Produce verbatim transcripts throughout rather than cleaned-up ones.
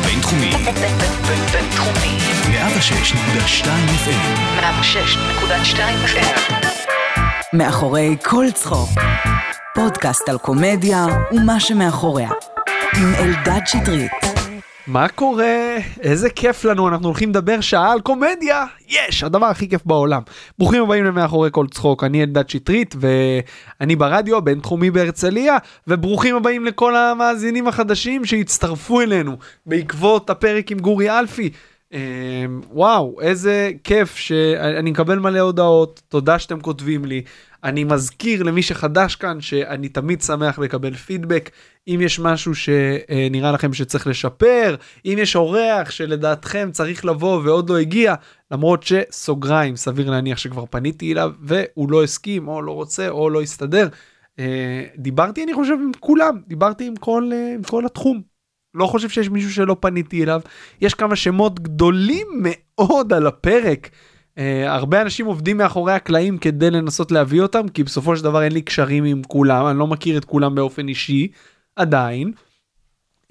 בינתחומי. בינתחומי. מאה ושש נקודה שתיים אף אם. מאה ושש נקודה שתיים אף אם. מאחורי כל צחוק. פודקאסט על קומדיה ומה שמאחוריה. עם אלדד שטרית. מה קורה? איזה כיף לנו, אנחנו הולכים לדבר שעה על קומדיה. יש, הדבר הכי כיף בעולם. ברוכים הבאים למאחורי כל צחוק, אני אלדד שטרית ואני ברדיו בינתחומי בהרצליה, וברוכים הבאים לכל המאזינים החדשים שהצטרפו אלינו בעקבות הפרק עם גורי אלפי. וואו, איזה כיף שאני מקבל מלא הודעות, תודה שאתם כותבים לי. אני מזכיר למי שחדש כאן שאני תמיד שמח לקבל פידבק, אם יש משהו שנראה לכם שצריך לשפר, אם יש אורח שלדעתכם צריך לבוא ועוד לא הגיע, למרות שסוגריים, סביר להניח שכבר פניתי אליו והוא לא הסכים או לא רוצה או לא יסתדר. דיברתי אני חושב עם כולם, דיברתי עם כל, עם כל התחום. לא חושב שיש מישהו שלא פניתי אליו. יש כמה שמות גדולים מאוד על הפרק. Uh, הרבה אנשים עובדים מאחורי הקלעים כדי לנסות להביא אותם, כי בסופו של דבר אין לי קשרים עם כולם, אני לא מכיר את כולם באופן אישי, עדיין. Uh,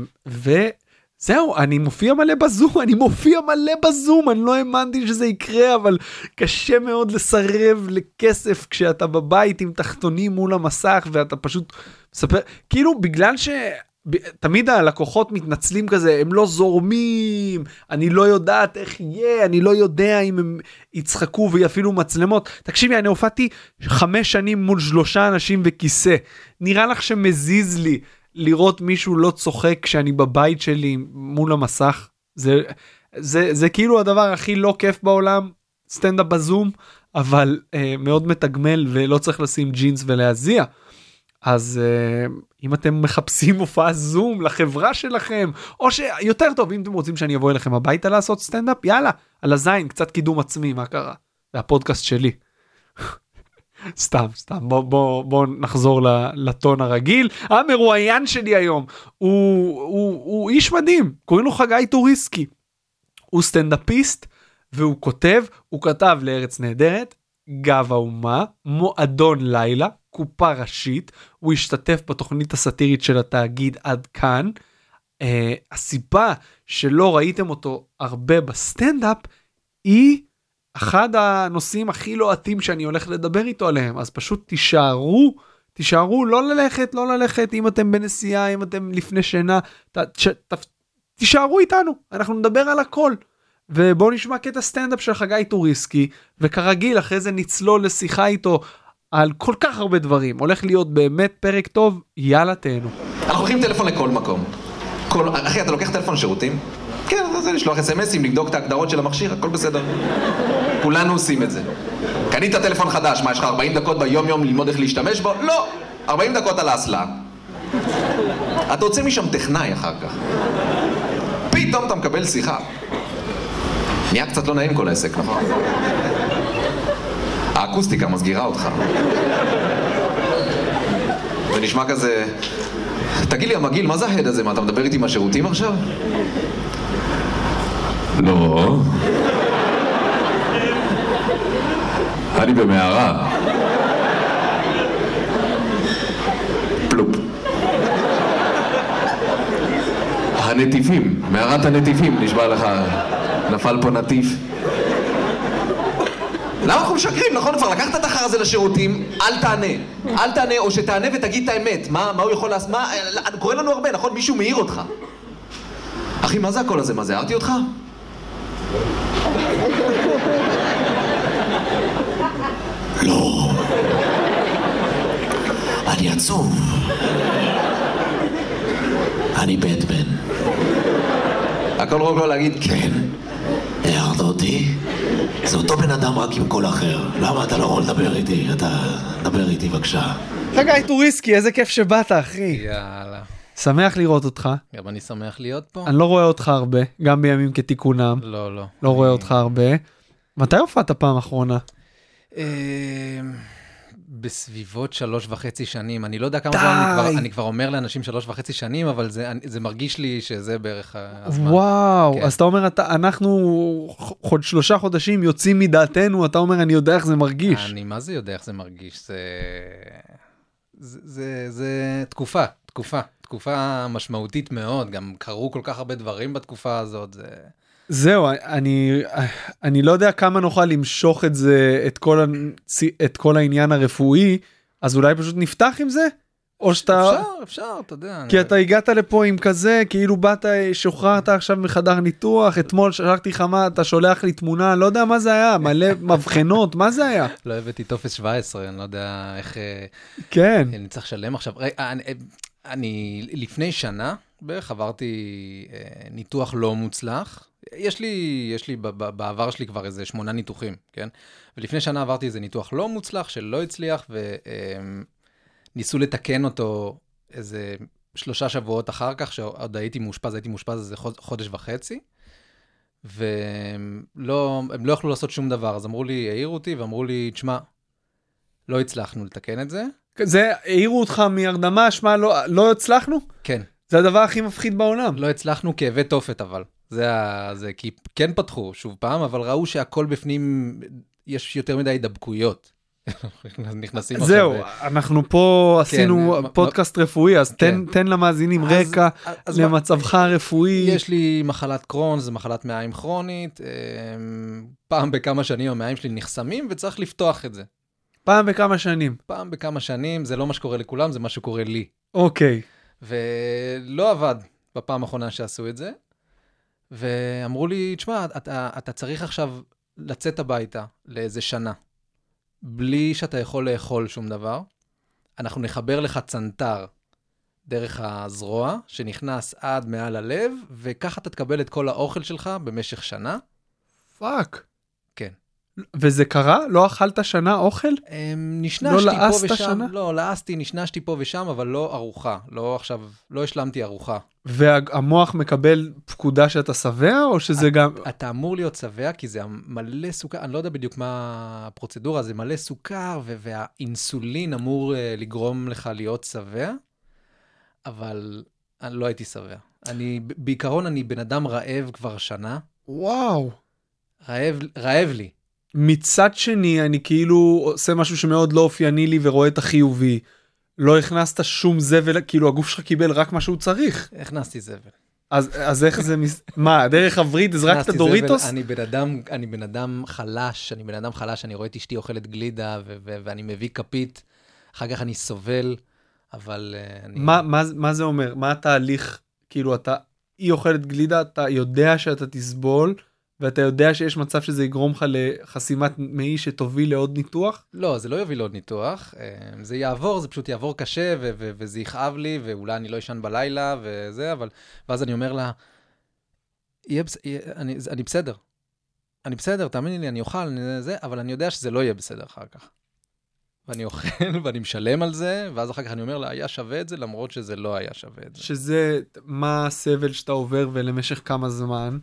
וזהו, אני מופיע מלא בזום, אני מופיע מלא בזום, אני לא האמנתי שזה יקרה, אבל קשה מאוד לסרב לכסף כשאתה בבית עם תחתונים מול המסך, ואתה פשוט מספר, כאילו בגלל ש... תמיד הלקוחות מתנצלים כזה, הם לא זורמים, אני לא יודעת איך יהיה, אני לא יודע אם הם יצחקו ויפעילו מצלמות. תקשיבי, אני הופעתי חמש שנים מול שלושה אנשים וכיסא. נראה לך שמזיז לי לראות מישהו לא צוחק כשאני בבית שלי מול המסך? זה, זה, זה כאילו הדבר הכי לא כיף בעולם, סטנדאפ בזום, אבל אה, מאוד מתגמל ולא צריך לשים ג'ינס ולהזיע. אז uh, אם אתם מחפשים מופע זום לחברה שלכם, או שיותר טוב, אם אתם רוצים שאני אבוא אליכם הביתה לעשות סטנדאפ, יאללה, על הזין, קצת קידום עצמי, מה קרה? זה הפודקאסט שלי. סתם, סתם, בוא, בוא, בוא נחזור לטון הרגיל. המרואיין שלי היום, הוא, הוא, הוא איש מדהים, קוראים לו חגי טוריסקי. הוא סטנדאפיסט, והוא כותב, הוא כתב לארץ נהדרת, גב האומה, מועדון לילה, קופה ראשית, הוא השתתף בתוכנית הסאטירית של התאגיד עד כאן. Uh, הסיבה שלא ראיתם אותו הרבה בסטנדאפ, היא אחד הנושאים הכי לוהטים שאני הולך לדבר איתו עליהם, אז פשוט תישארו, תישארו, לא ללכת, לא ללכת, אם אתם בנסיעה, אם אתם לפני שינה, ת, ת, ת, תישארו איתנו, אנחנו נדבר על הכל. ובואו נשמע קטע סטנדאפ של חגי טוריסקי, וכרגיל אחרי זה נצלול לשיחה איתו, על כל כך הרבה דברים. הולך להיות באמת פרק טוב, יאללה תהנו. אנחנו לוקחים טלפון לכל מקום. כל... אחי, אתה לוקח טלפון שירותים? כן, זה לשלוח אס-אמסים, לבדוק את ההגדרות של המכשיר, הכל בסדר. כולנו עושים את זה. קנית טלפון חדש, מה, יש לך ארבעים דקות ביום יום ללמוד איך להשתמש בו? לא! ארבעים דקות על האסלה. אתה רוצה משם טכנאי אחר כך. פתאום אתה מקבל שיחה. נהיה קצת לא נעים כל העסק, נכון? האקוסטיקה מסגירה אותך. ונשמע כזה, תגיד לי המגיל, מה זה ההד הזה? מה, אתה מדבר איתי מהשירותים עכשיו? לא. אני במערה. פלופ. הנטיפים, מערת הנטיפים, נשבע לך, נפל פה נטיף. למה אנחנו משקרים? נכון, כבר לקחת את החר הזה לשירותים, אל תענה. אל תענה, או שתענה ותגיד את האמת. מה, מה הוא יכול לעשות? מה, קורא לנו הרבה, נכון? מישהו מעיר אותך. אחי, מה זה הכל הזה? מה זה, הערתי אותך? לא. אני עצוב. אני בטמן. הכל רק לא להגיד כן. הערת אותי? זה אותו בן אדם רק עם קול אחר. למה אתה לא יכול לדבר איתי? אתה דבר איתי בבקשה. חגי טוריסקי, איזה כיף שבאת, אחי. יאללה. שמח לראות אותך. גם אני שמח להיות פה. אני לא רואה אותך הרבה, גם בימים כתיקונם. לא, לא. לא רואה אותך הרבה. מתי הופעת פעם אחרונה? בסביבות שלוש וחצי שנים. אני לא יודע כמה זמן, אני כבר אומר לאנשים שלוש וחצי שנים, אבל זה מרגיש לי שזה בערך הזמן. וואו, אז אתה אומר, אנחנו שלושה חודשים יוצאים מדעתנו, אתה אומר, אני יודע איך זה מרגיש. אני מה זה יודע איך זה מרגיש? זה... זה תקופה, תקופה. תקופה משמעותית מאוד, גם קרו כל כך הרבה דברים בתקופה הזאת, זה... זהו, אני, אני לא יודע כמה נוכל למשוך את זה, את כל, את כל העניין הרפואי, אז אולי פשוט נפתח עם זה? או שאתה... אפשר, אפשר, אתה יודע. כי אתה הגעת לפה עם כזה, כאילו באת, שוחררת עכשיו מחדר ניתוח, אתמול שלחתי לך מה, אתה שולח לי תמונה, לא יודע מה זה היה, מלא מבחנות, מה זה היה? לא הבאתי טופס שבע עשרה, אני לא יודע איך... כן. אני צריך לשלם עכשיו. אני, אני לפני שנה, בערך עברתי ניתוח לא מוצלח. יש לי, יש לי, בעבר שלי כבר איזה שמונה ניתוחים, כן? ולפני שנה עברתי איזה ניתוח לא מוצלח, שלא הצליח, וניסו לתקן אותו איזה שלושה שבועות אחר כך, שעוד הייתי מאושפז, הייתי מאושפז איזה חודש וחצי, והם לא, הם לא יכלו לעשות שום דבר, אז אמרו לי, העירו אותי, ואמרו לי, תשמע, לא הצלחנו לתקן את זה. זה, העירו אותך מהרדמה, שמה, לא, לא הצלחנו? כן. זה הדבר הכי מפחיד בעולם. לא הצלחנו כאבי תופת, אבל. זה, זה, כי כן פתחו שוב פעם, אבל ראו שהכל בפנים, יש יותר מדי דבקויות. נכנסים עכשיו. זהו, אנחנו פה עשינו פודקאסט רפואי, אז תן למאזינים רקע למצבך הרפואי. יש לי מחלת קרון, זו מחלת מעיים כרונית, פעם בכמה שנים המעיים שלי נחסמים, וצריך לפתוח את זה. פעם בכמה שנים? פעם בכמה שנים, זה לא מה שקורה לכולם, זה מה שקורה לי. אוקיי. ולא עבד בפעם האחרונה שעשו את זה, ואמרו לי, תשמע, אתה, אתה צריך עכשיו לצאת הביתה לאיזה שנה, בלי שאתה יכול לאכול שום דבר. אנחנו נחבר לך צנטר דרך הזרוע, שנכנס עד מעל הלב, וככה אתה תקבל את כל האוכל שלך במשך שנה. פאק. כן. וזה קרה? לא אכלת שנה אוכל? נשנשתי פה ושם. לא, לעסתי, נשנשתי פה ושם, אבל לא ארוחה. לא עכשיו, לא השלמתי ארוחה. והמוח מקבל פקודה שאתה שבע, או שזה גם... אתה אמור להיות שבע, כי זה מלא סוכר, אני לא יודע בדיוק מה הפרוצדורה, זה מלא סוכר, והאינסולין אמור לגרום לך להיות שבע, אבל אני לא הייתי שבע. אני, בעיקרון אני בן אדם רעב כבר שנה. וואו. רעב, רעב לי. מצד שני, אני כאילו עושה משהו שמאוד לא אופייני לי ורואה את החיובי. לא הכנסת שום זבל, כאילו הגוף שלך קיבל רק מה שהוא צריך. הכנסתי זבל. אז, אז איך זה, מה, דרך הברית, הזרקת דוריטוס? אני בן אדם, אני בן אדם חלש, אני בן אדם חלש, אני רואה את אשתי אוכלת גלידה, ו- ו- ואני מביא כפית, אחר כך אני סובל, אבל אני... מה, מה, מה זה אומר? מה התהליך? כאילו, אתה, היא אוכלת גלידה, אתה יודע שאתה תסבול, ואתה יודע שיש מצב שזה יגרום לך לחסימת מעי שתוביל לעוד ניתוח? לא, זה לא יוביל לעוד ניתוח. זה יעבור, זה פשוט יעבור קשה, ו- ו- וזה יכאב לי, ואולי אני לא ישן בלילה, וזה, אבל... ואז אני אומר לה, יהיה, יהיה, אני, אני בסדר. אני בסדר, תאמיני לי, אני אוכל, אני, זה, אבל אני יודע שזה לא יהיה בסדר אחר כך. ואני אוכל, ואני משלם על זה, ואז אחר כך אני אומר לה, היה שווה את זה, למרות שזה לא היה שווה את זה. שזה, מה הסבל שאתה עובר ולמשך כמה זמן?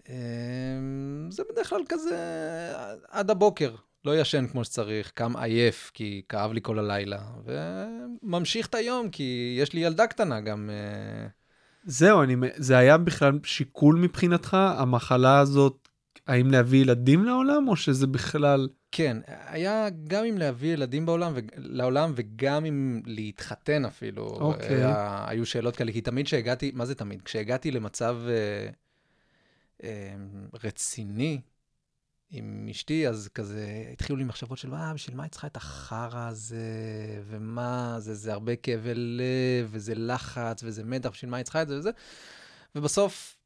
זה בדרך כלל כזה עד הבוקר, לא ישן כמו שצריך, קם עייף כי כאב לי כל הלילה, וממשיך את היום כי יש לי ילדה קטנה גם. זהו, אני, זה היה בכלל שיקול מבחינתך, המחלה הזאת, האם להביא ילדים לעולם או שזה בכלל... כן, היה גם אם להביא ילדים בעולם ו... לעולם וגם אם להתחתן אפילו. אוקיי. היה, היו שאלות כאלה, כי תמיד שהגעתי, מה זה תמיד? כשהגעתי למצב... רציני עם אשתי, אז כזה התחילו לי מחשבות של, מה, בשביל מה היא צריכה את החרא הזה, ומה, זה, זה הרבה כאבי לב, וזה לחץ, וזה מתח, בשביל מה היא צריכה את זה וזה, ובסוף,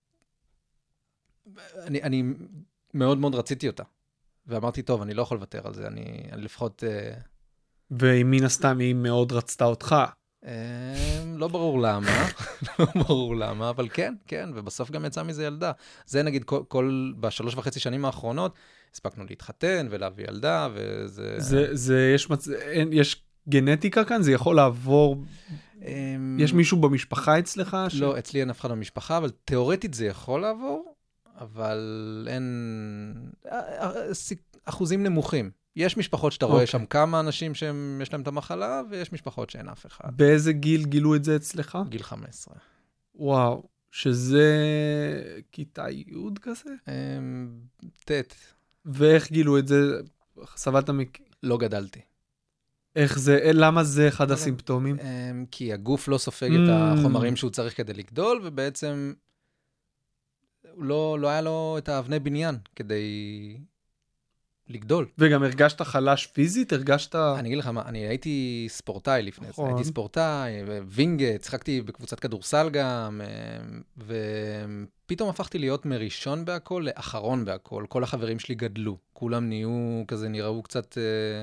אני, אני מאוד מאוד רציתי אותה, ואמרתי, טוב, אני לא יכול לוותר על זה, אני, אני לפחות... ואם מן הסתם היא מאוד רצתה אותך. לא ברור למה, לא ברור למה, אבל כן, כן, ובסוף גם יצא מזה ילדה. זה נגיד כל, כל בשלוש וחצי שנים האחרונות, הספקנו להתחתן ולהביא ילדה, וזה... זה, זה, יש, מצ... יש גנטיקה כאן? זה יכול לעבור... יש מישהו במשפחה אצלך? ש... לא, אצלי אין אף אחד במשפחה, אבל תיאורטית זה יכול לעבור, אבל אין... אחוזים נמוכים. יש משפחות שאתה רואה שם כמה אנשים שיש להם את המחלה, ויש משפחות שאין אף אחד. באיזה גיל גילו את זה אצלך? גיל חמש עשרה. וואו, שזה כיתה י' כזה? ת'. ואיך גילו את זה? סבלת מק... לא גדלתי. איך זה, למה זה אחד הסימפטומים? כי הגוף לא סופג את החומרים שהוא צריך כדי לגדול, ובעצם לא, לא היה לו את האבני בניין כדי לגדול. וגם הרגשת חלש פיזית? הרגשת... אני אגיד לך מה, אני הייתי ספורטאי לפני זה. הייתי ספורטאי, וינגה, צחקתי בקבוצת כדורסל גם, ופתאום הפכתי להיות מראשון בהכל לאחרון בהכל. כל החברים שלי גדלו. כולם נהיו כזה, נראו קצת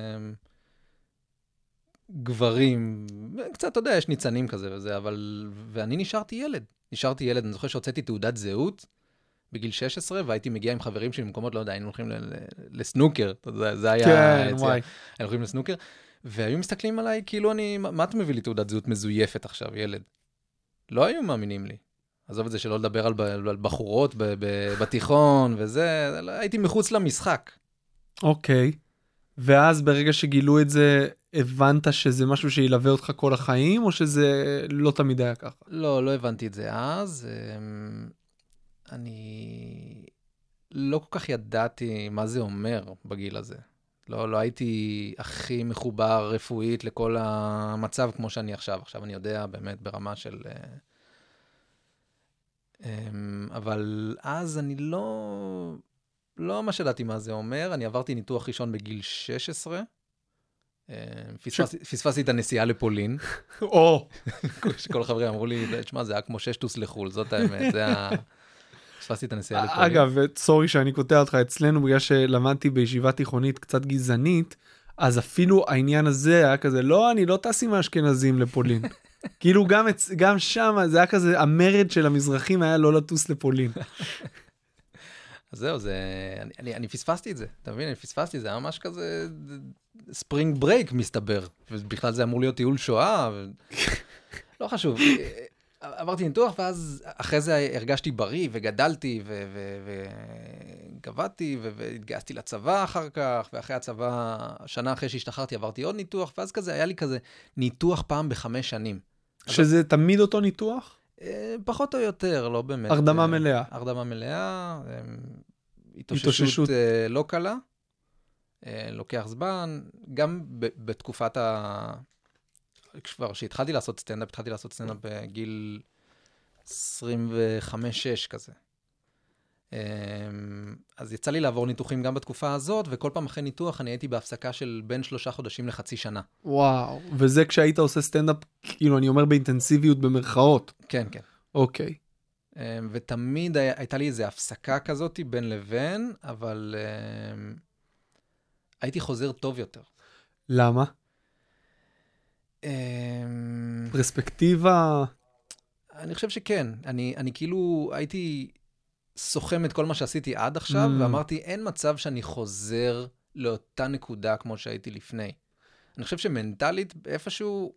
גברים, קצת, אתה יודע, יש ניצנים כזה וזה, אבל... ואני נשארתי ילד. נשארתי ילד, אני זוכר שהוצאתי תעודת זהות, בגיל שש עשרה, והייתי מגיע עם חברים שלי במקומות, לא יודע, היינו הולכים לסנוקר, זה היה... כן, וואי. היינו הולכים לסנוקר, והיו מסתכלים עליי, כאילו אני, מה אתה מביא לי תעודת זהות מזויפת עכשיו, ילד? לא היו מאמינים לי. עזוב את זה שלא לדבר על בחורות בתיכון וזה, הייתי מחוץ למשחק. אוקיי. ואז ברגע שגילו את זה, הבנת שזה משהו שילווה אותך כל החיים, או שזה לא תמיד היה ככה? לא, לא הבנתי את זה אז. אני לא כל כך ידעתי מה זה אומר בגיל הזה. לא, לא הייתי הכי מחובר רפואית לכל המצב כמו שאני עכשיו. עכשיו אני יודע באמת ברמה של... אבל אז אני לא... לא ממש ידעתי מה זה אומר. אני עברתי ניתוח ראשון בגיל שש עשרה. פספסתי את הנסיעה לפולין. או! כל חברי אמרו לי, תשמע, זה היה כמו ששטוס לחול, זאת האמת, זה היה... פספסתי את הנסיעה לפולין. אגב, סורי שאני קוטע אותך אצלנו, בגלל שלמדתי בישיבה תיכונית קצת גזענית, אז אפילו העניין הזה היה כזה, לא, אני לא טס עם האשכנזים לפולין. כאילו גם שם, זה היה כזה, המרד של המזרחים היה לא לטוס לפולין. אז זהו, זה, אני, אני, אני פספסתי את זה, אתה מבין? אני פספסתי את זה, היה ממש כזה ספרינג ברייק מסתבר, ובכלל זה אמור להיות טיול שואה, ו... לא חשוב. עברתי ניתוח, ואז אחרי זה הרגשתי בריא, וגדלתי, וגבעתי, והתגייסתי לצבא אחר כך, ואחרי הצבא, שנה אחרי שהשתחררתי, עברתי עוד ניתוח, ואז כזה, היה לי כזה ניתוח פעם בחמש שנים. שזה תמיד אותו ניתוח? פחות או יותר, לא באמת. הרדמה מלאה. הרדמה מלאה, התאוששות לא קלה, לוקח זמן, גם בתקופת ה... כבר שהתחלתי לעשות סטנדאפ, התחלתי לעשות סטנדאפ בגיל עשרים וחמש שש כזה. אז יצא לי לעבור ניתוחים גם בתקופה הזאת, וכל פעם אחרי ניתוח אני הייתי בהפסקה של בין שלושה חודשים לחצי שנה. וואו, וזה כשהיית עושה סטנדאפ, כאילו אני אומר באינטנסיביות במרכאות. כן, כן. אוקיי. ותמיד הייתה לי איזו הפסקה כזאת בין לבין, אבל הייתי חוזר טוב יותר. למה? פרספקטיבה? אני חושב שכן. אני, אני כאילו הייתי סוכם את כל מה שעשיתי עד עכשיו, mm. ואמרתי, אין מצב שאני חוזר לאותה נקודה כמו שהייתי לפני. אני חושב שמנטלית, איפשהו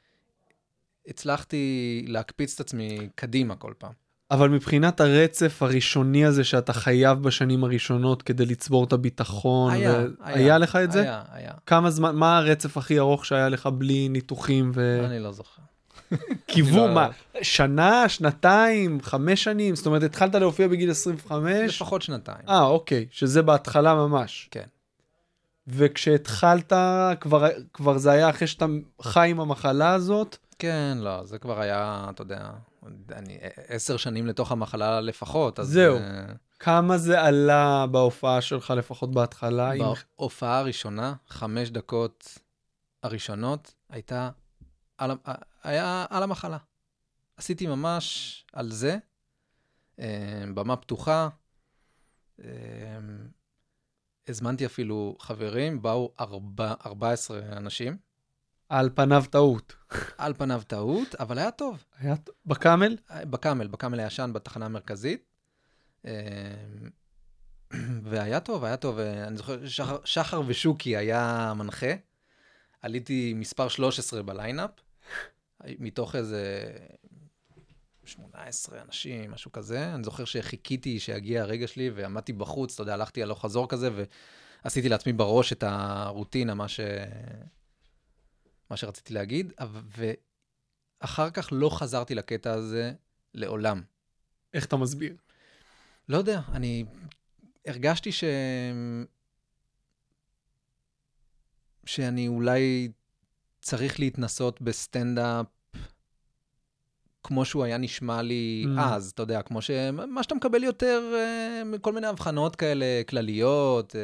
הצלחתי להקפיץ את עצמי קדימה כל פעם. אבל מבחינת הרצף הראשוני הזה שאתה חייב בשנים הראשונות כדי לצבור את הביטחון, היה, ו... היה, היה לך את זה? היה, היה. כמה זמן, מה הרצף הכי ארוך שהיה לך בלי ניתוחים ו... אני לא זוכר. כיוון, מה? שנה, שנתיים, חמש שנים? זאת אומרת, התחלת להופיע בגיל עשרים וחמש? לפחות שנתיים. אה, אוקיי, שזה בהתחלה ממש. כן. וכשהתחלת, כבר, כבר זה היה אחרי שאתה חי עם המחלה הזאת? כן, לא, זה כבר היה, אתה יודע, אני עשר שנים לתוך המחלה לפחות. אז זהו. כמה זה עלה בהופעה שלך לפחות בהתחלה? בהופעה הראשונה, חמש דקות הראשונות, הייתה על, היה על המחלה. עשיתי ממש על זה, במה פתוחה, הזמנתי אפילו חברים, באו ארבע, ארבע עשרה אנשים. על פניו טעות. על פניו טעות, אבל היה טוב. היה טוב. בקאמל? בקאמל, בקאמל הישן, בתחנה המרכזית. והיה טוב, היה טוב. אני זוכר, שחר, שחר ושוקי היה מנחה. עליתי מספר שלוש עשרה בליינאפ, מתוך איזה שמונה עשרה אנשים, משהו כזה. אני זוכר שחיכיתי שיגיע הרגע שלי, ועמדתי בחוץ, אתה יודע, הלכתי הלוך חזור כזה, ועשיתי לעצמי בראש את הרוטינה, מה ש... מה שרציתי להגיד, ואחר כך לא חזרתי לקטע הזה לעולם. איך אתה מסביר? לא יודע, אני הרגשתי ש... שאני אולי צריך להתנסות בסטנדאפ, כמו שהוא היה נשמע לי mm. אז, אתה יודע, כמו שמה שאתה מקבל יותר, מכל מיני הבחנות כאלה, כלליות.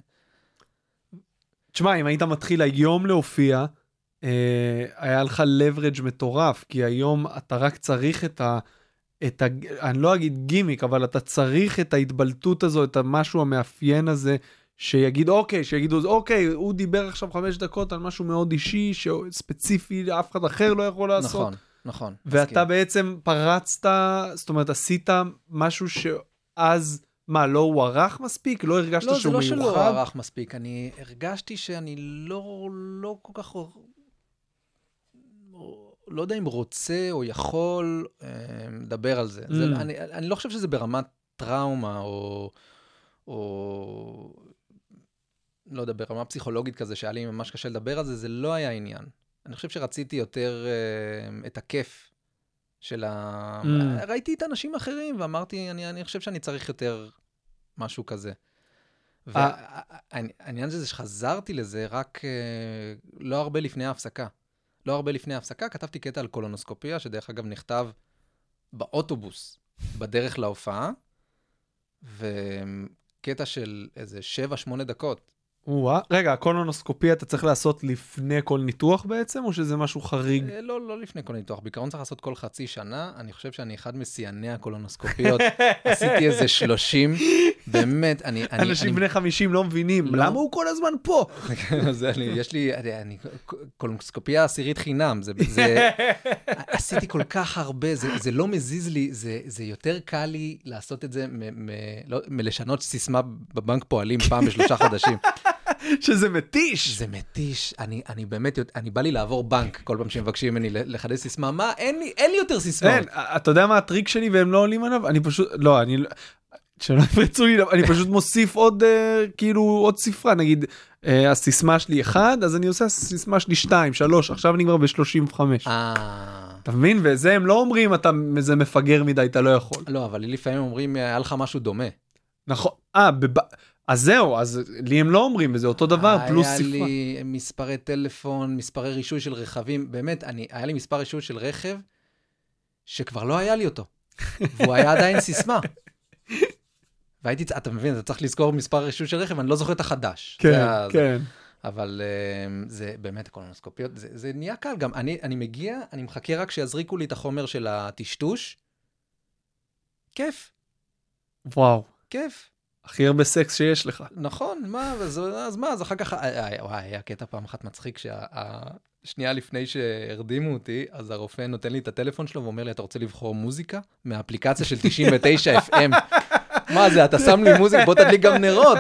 תשמע, אם היית מתחיל היום להופיע, היה לך leverage מטורף, כי היום אתה רק צריך את ה... את ה... אני לא אגיד גימיק, אבל אתה צריך את ההתבלטות הזו, את המשהו המאפיין הזה, שיגיד, אוקיי, שיגידו, אוקיי, הוא דיבר עכשיו חמש דקות על משהו מאוד אישי, ספציפי, אף אחד אחר לא יכול לעשות. נכון, נכון. ואתה מסכים. בעצם פרצת, זאת אומרת, עשית משהו שאז, מה, לא הוא ערך מספיק? לא הרגשת לא, שהוא מיוחד? לא, זה לא שלא ערך מספיק. אני הרגשתי שאני לא, לא כל כך... לא יודע אם רוצה או יכול לדבר על זה. Mm. זה אני, אני לא חושב שזה ברמת טראומה או, או לא יודע, ברמה פסיכולוגית כזה, שהיה לי ממש קשה לדבר על זה, זה לא היה עניין. אני חושב שרציתי יותר uh, את הכיף של ה... Mm. ראיתי את אנשים אחרים ואמרתי, אני, אני חושב שאני צריך יותר משהו כזה. והעניין הזה שחזרתי לזה רק uh, לא הרבה לפני ההפסקה. לא הרבה לפני ההפסקה, כתבתי קטע על קולונוסקופיה, שדרך אגב נכתב באוטובוס, בדרך להופעה, וקטע של איזה שבע, שמונה דקות. וואה, רגע, הקולונוסקופיה אתה צריך לעשות לפני כל ניתוח בעצם, או שזה משהו חריג? לא, לא לפני כל ניתוח. בעיקרון צריך לעשות כל חצי שנה. אני חושב שאני אחד משיאני הקולונוסקופיות. עשיתי איזה שלושים. באמת, אני... אנשים בני חמישים לא מבינים. למה הוא כל הזמן פה? יש לי... קולונוסקופיה עשירית חינם. עשיתי כל כך הרבה. זה לא מזיז לי. זה יותר קל לי לעשות את זה מלשנות סיסמה בבנק פועלים פעם בשלושה חודשים. שזה מתיש. זה מתיש. אני, אני באמת, אני בא לי לעבור בנק כל פעם שמבקשים ממני לחדש סיסמה. מה? אין לי, אין לי יותר סיסמאות. אין, אתה יודע מה הטריק שלי והם לא עולים עליו? אני פשוט, לא, אני, שלא יפרצו לי, אני פשוט מוסיף עוד, כאילו, עוד ספרה. נגיד, הסיסמה שלי אחד, אז אני עושה הסיסמה שלי שתיים, שלוש, עכשיו אני כבר ב-שלושים וחמש. אתה מבין? וזה הם לא אומרים, אתה, זה מפגר מדי, אתה לא יכול. לא, אבל לפעמים אומרים, היה לך משהו דומה. נכון. אה, בב... אז זהו, אז לי הם לא אומרים, וזה אותו דבר, פלוס ספרה. היה לי מספרי טלפון, מספרי רישוי של רכבים, באמת, אני, היה לי מספר רישוי של רכב, שכבר לא היה לי אותו, והוא היה עדיין סיסמה. והייתי, אתה מבין, אתה צריך לזכור מספר רישוי של רכב, אני לא זוכר את החדש. כן, זה, כן. זה, אבל זה באמת הקולונוסקופיות, זה, זה נהיה קל גם. אני, אני מגיע, אני מחכה רק שיזריקו לי את החומר של הטשטוש. כיף. וואו. כיף. הכי הרבה סקס שיש לך. נכון, מה, אז, אז מה, אז אחר כך, וואי, היה קטע פעם אחת מצחיק, שהשנייה לפני שהרדימו אותי, אז הרופא נותן לי את הטלפון שלו, ואומר לי, אתה רוצה לבחור מוזיקה? מהאפליקציה של תשעים ותשע אף אם. מה זה, אתה שם לי מוזיקה, בוא תדליק גם נרות.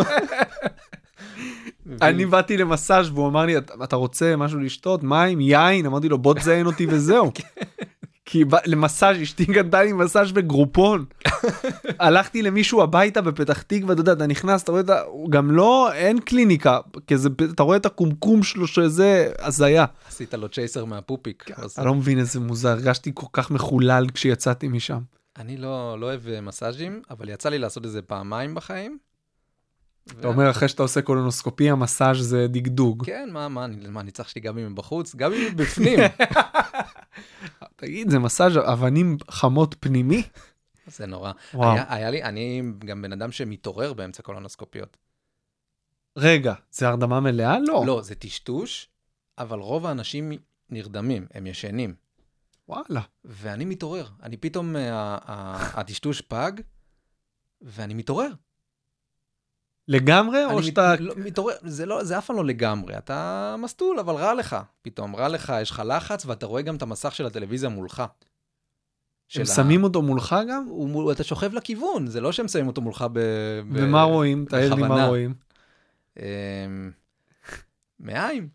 אני באתי למסאז' והוא אמר לי, אתה רוצה משהו לשתות? מים? יין? אמרתי לו, בוא תזיין אותי וזהו. כי למסאז' אשתי קנתה לי מסאז' בגרופון. הלכתי למישהו הביתה בפתח תקווה, אתה יודע, אתה נכנס, אתה רואה את ה... גם לא, אין קליניקה, אתה רואה את הקומקום שלו שזה הזיה. עשית לו צ'ייסר מהפופיק. אתה לא מבין איזה מוזר, הרגשתי כל כך מחולל כשיצאתי משם. אני לא אוהב מסאז'ים, אבל יצא לי לעשות איזה פעמיים בחיים. אתה אומר, אחרי שאתה עושה קולונוסקופיה, מסאז' זה דגדוג. כן, מה, מה, אני צריך שלי גם אם בחוץ, גם אם בפנים. תגיד, זה מסאז' אבנים חמות פנימי? זה נורא. היה, היה לי, אני גם בן אדם שמתעורר באמצע קולונוסקופיות. רגע, זה הרדמה מלאה? לא. לא, זה טשטוש, אבל רוב האנשים נרדמים, הם ישנים. וואלה. ואני מתעורר. אני פתאום, הטשטוש פג, ואני מתעורר. לגמרי? או שאתה... לא, מתעורר, זה, לא, זה אף פעם לא לגמרי. אתה מסטול, אבל רע לך. פתאום רע לך, יש לך לחץ, ואתה רואה גם את המסך של הטלוויזיה מולך. הם שמים אותו מולך גם? הוא, אתה שוכב לכיוון, זה לא שהם שמים אותו מולך ב... ומה רואים? תאר לי מה רואים. מעיים.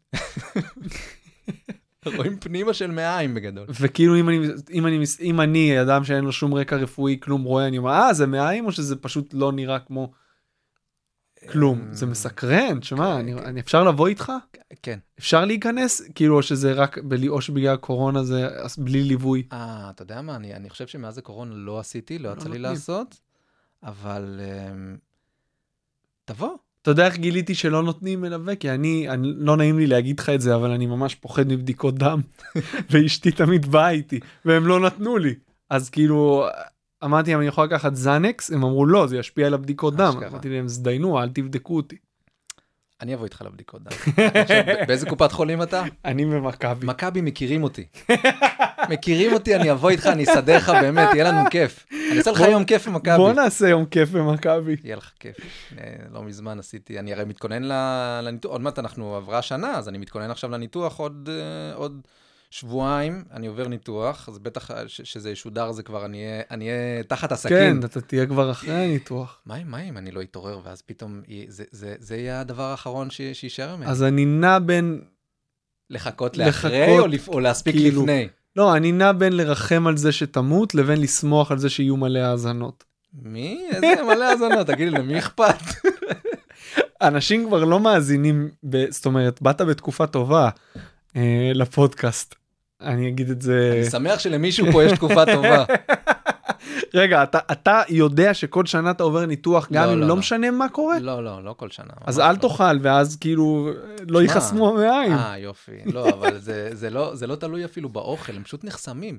רואים פנימה של מעיים בגדול. וכאילו אם אני, אם אני, אם אני אדם שאין לו שום רקע רפואי, כלום רואה, אני אומר, אה, זה מעיים או שזה פשוט לא נראה כמו... כלום, זה מסקרן, שמה, אני אפשר לבוא איתך? כן. אפשר להיכנס? כאילו, או שזה רק, או שבגלל הקורונה זה בלי ליווי? אה, אתה יודע מה, אני חושב שמאז הקורונה לא עשיתי, לא יצא לי לעשות, אבל תבוא, אתה יודע איך גיליתי שלא נותנים מלווה? כי אני, אני, לא נעים לי להגיד לך את זה, אבל אני ממש פוחד מבדיקות דם, ואשתי תמיד באה איתי, והם לא נתנו לי. אז כאילו, אמרתי, אני יכול לקחת זנקס, הם אמרו, לא, זה ישפיע על הבדיקות דם. אמרתי להם, זדיינו, אל תבדקו אותי. אני אבוא איתך לבדיקות דם. באיזה קופת חולים אתה? אני במכבי. מכבי מכירים אותי. מכירים אותי, אני אבוא איתך, אני אסדר לך באמת, יהיה לנו כיף. אני אעשה לך יום כיף במכבי. בוא נעשה יום כיף במכבי. יהיה לך כיף. לא מזמן עשיתי, אני הרי מתכונן לניתוח, עוד מעט אנחנו עברה שנה, אז אני מתכונן עכשיו לניתוח עוד שבועיים, אני עובר ניתוח, אז בטח שזה ישודר, זה כבר, אני אהיה תחת הסכין. כן, אתה תהיה כבר אחרי הניתוח. מה אם, מה אם אני לא אתעורר, ואז פתאום, זה יהיה הדבר האחרון שישאר ממני. אז אני נע בין... לחכות לאחרי, או להספיק לפני? לא, אני נע בין לרחם על זה שתמות, לבין לשמוח על זה שיהיו מלא האזנות. מי? איזה מלא האזנות? תגיד לי, למי אכפת? אנשים כבר לא מאזינים, זאת אומרת, באת בתקופה טובה לפודקאסט. אני אגיד את זה... אני שמח שלמישהו פה יש תקופה טובה. רגע, אתה, אתה יודע שכל שנה אתה עובר ניתוח גם לא, אם לא, לא, לא משנה מה קורה? לא, לא, לא כל שנה. אז אל לא. תאכל, ואז כאילו לא ייחסמו מהעין. אה, יופי. לא, אבל זה, זה, לא, זה לא תלוי אפילו באוכל, הם פשוט נחסמים.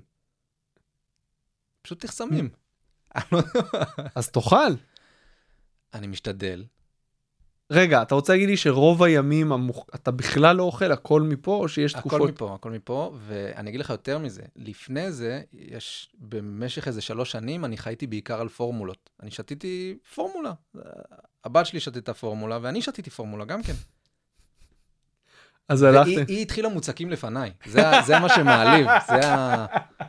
פשוט נחסמים. אז תאכל. אני משתדל. רגע, אתה רוצה להגיד לי שרוב הימים המוח... אתה בכלל לא אוכל הכל מפה, או שיש תקופות? הכל מפה, הכל מפה, ואני אגיד לך יותר מזה. לפני זה, יש במשך איזה שלוש שנים, אני חייתי בעיקר על פורמולות. אני שתיתי פורמולה. הבת שלי שתיתה פורמולה, ואני שתיתי פורמולה גם כן. אז הלכתי. והיא היא התחילה מוצקים לפניי. זה, זה מה שמעליב. זה ה...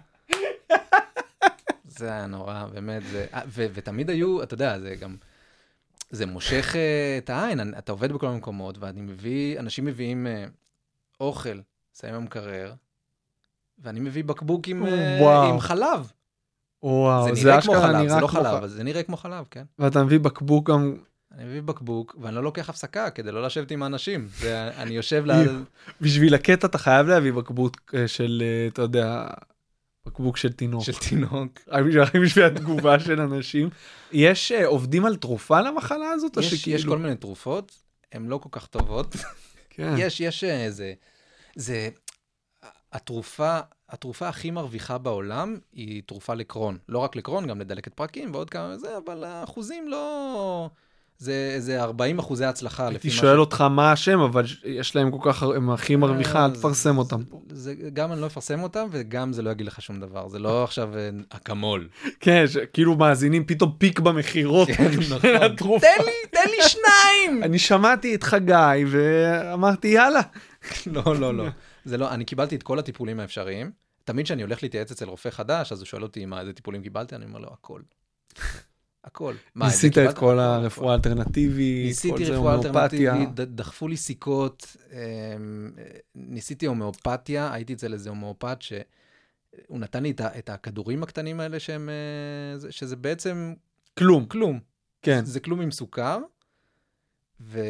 זה היה נורא, באמת. זה... ו- ותמיד היו, אתה יודע, זה גם... זה מושך את העין, אתה עובד בכל המקומות, ואני מביא, אנשים מביאים אוכל, סיים המקרר, ואני מביא בקבוק עם, עם חלב. וואו, זה נראה כמו חלב, זה לא חלב, אבל זה נראה כמו חלב, כן. ואתה מביא בקבוק גם... אני מביא בקבוק, ואני לא לוקח הפסקה, כדי לא לשבת עם האנשים. אני יושב ל... בשביל הקטע אתה חייב להביא בקבוק של, אתה יודע... בקבוק של תינוק. של תינוק. רק בשביל התגובה של אנשים. יש עובדים על תרופה למחלה הזאת? יש, יש כל מיני תרופות, הן לא כל כך טובות. כן. יש, יש איזה, זה, התרופה, התרופה הכי מרוויחה בעולם היא תרופה לקרון. לא רק לקרון, גם לדלקת פרקים ועוד כמה וזה, אבל האחוזים לא... זה, זה ארבעים אחוזי הצלחה. הייתי שואל אותך מה השם, אבל יש להם כל כך, הם הכי מרוויחה, אל תפרסם אותם פה. זה, גם אני לא אפרסם אותם, וגם זה לא יגיד לך שום דבר. זה לא עכשיו אקמול. כן, כאילו מאזינים פתאום פיק במחירות. כן, נכון. תן לי, תן לי שניים! אני שמעתי את חגי, ואמרתי, יאללה. לא, לא, לא. זה לא, אני קיבלתי את כל הטיפולים האפשריים. תמיד שאני הולך להתייעץ אצל רופא חדש, אז הוא שואל אותי מה, איזה טיפולים קיבלתי, אני אומר לו, הכל. הכל. ניסית את כל הרפואה האלטרנטיבית, ניסיתי רפואה אלטרנטיבית, דחפו לי סיכות, ניסיתי הומאופתיה, הייתי אצל איזה הומאופת שהוא נתן לי את הכדורים הקטנים האלה שהם, שזה בעצם... כלום. כלום. כן. זה כלום עם סוכר, ואחד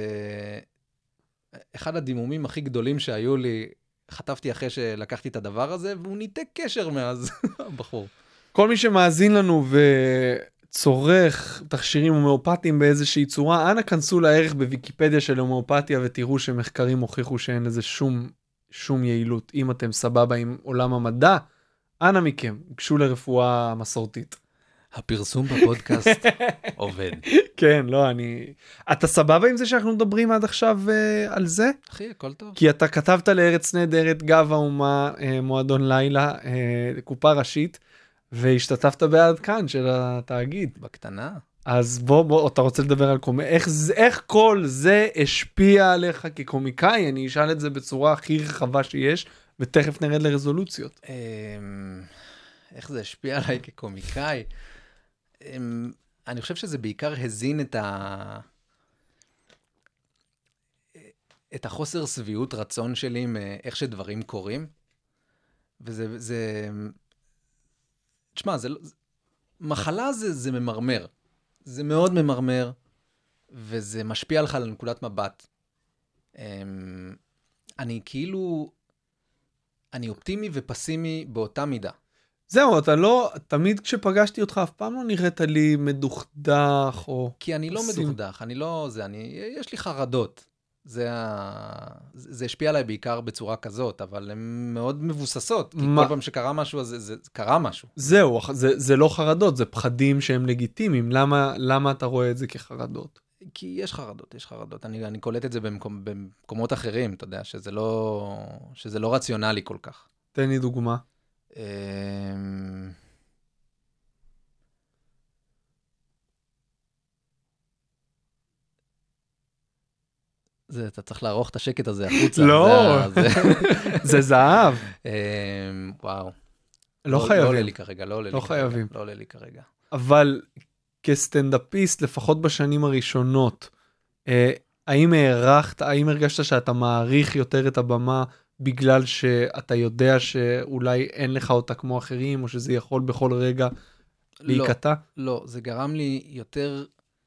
הדימומים הכי גדולים שהיו לי, חטפתי אחרי שלקחתי את הדבר הזה, והוא ניתק קשר מאז, הבחור. כל מי שמאזין לנו ו... צורך תכשירים הומאופתיים באיזושהי צורה, אנא כנסו לערך בוויקיפדיה של הומאופתיה ותראו שמחקרים הוכיחו שאין לזה שום, שום יעילות. אם אתם סבבה עם עולם המדע, אנא מכם, גשו לרפואה מסורתית. הפרסום בפודקאסט עובד. כן, לא, אני... אתה סבבה עם זה שאנחנו מדברים עד עכשיו uh, על זה? אחי, הכל טוב. כי אתה כתבת לארץ נהדרת, גב האומה, uh, מועדון לילה, uh, קופה ראשית, והשתתפת בעד כאן של התאגיד. בקטנה. אז בוא, בוא, אתה רוצה לדבר על קומיקאי, איך, איך כל זה השפיע עליך כקומיקאי? אני אשאל את זה בצורה הכי רחבה שיש, ותכף נרד לרזולוציות. איך זה השפיע עליי כקומיקאי? אני חושב שזה בעיקר הזין את ה... את החוסר סביעות רצון שלי מאיך שדברים קורים. וזה... זה... תשמע, זה... מחלה זה, זה ממרמר. זה מאוד ממרמר, וזה משפיע לך על נקודת מבט. אני כאילו... אני אופטימי ופסימי באותה מידה. זהו, אתה לא, תמיד כשפגשתי אותך, אף פעם לא נראית לי מדוכדך, או... כי אני לא מדוכדך, אני לא, זה, אני, יש לי חרדות. זה, זה השפיע עליי בעיקר בצורה כזאת, אבל הן מאוד מבוססות, כי מה? כל פעם שקרה משהו, אז זה, זה קרה משהו. זהו, זה, זה לא חרדות, זה פחדים שהם לגיטימיים. למה, למה אתה רואה את זה כחרדות? כי יש חרדות, יש חרדות. אני, אני קולט את זה במקום, במקומות אחרים, אתה יודע, שזה לא, שזה לא רציונלי כל כך. תן לי דוגמה. זה, אתה צריך לערוך את השקט הזה החוצה. לא, זה זהב. וואו. לא חייבים. לא עולה לי כרגע, לא עולה לי לא כרגע. חייבים. לא עולה לי כרגע. אבל כסטנדאפיסט, לפחות בשנים הראשונות, האם הערכת, האם הרגשת שאתה מעריך יותר את הבמה, בגלל שאתה יודע שאולי אין לך אותה כמו אחרים, או שזה יכול בכל רגע להיקטע? לא, לא, זה גרם לי יותר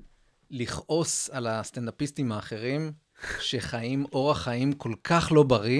לכעוס על הסטנדאפיסטים האחרים, שחיים אורח חיים כל כך לא בריא,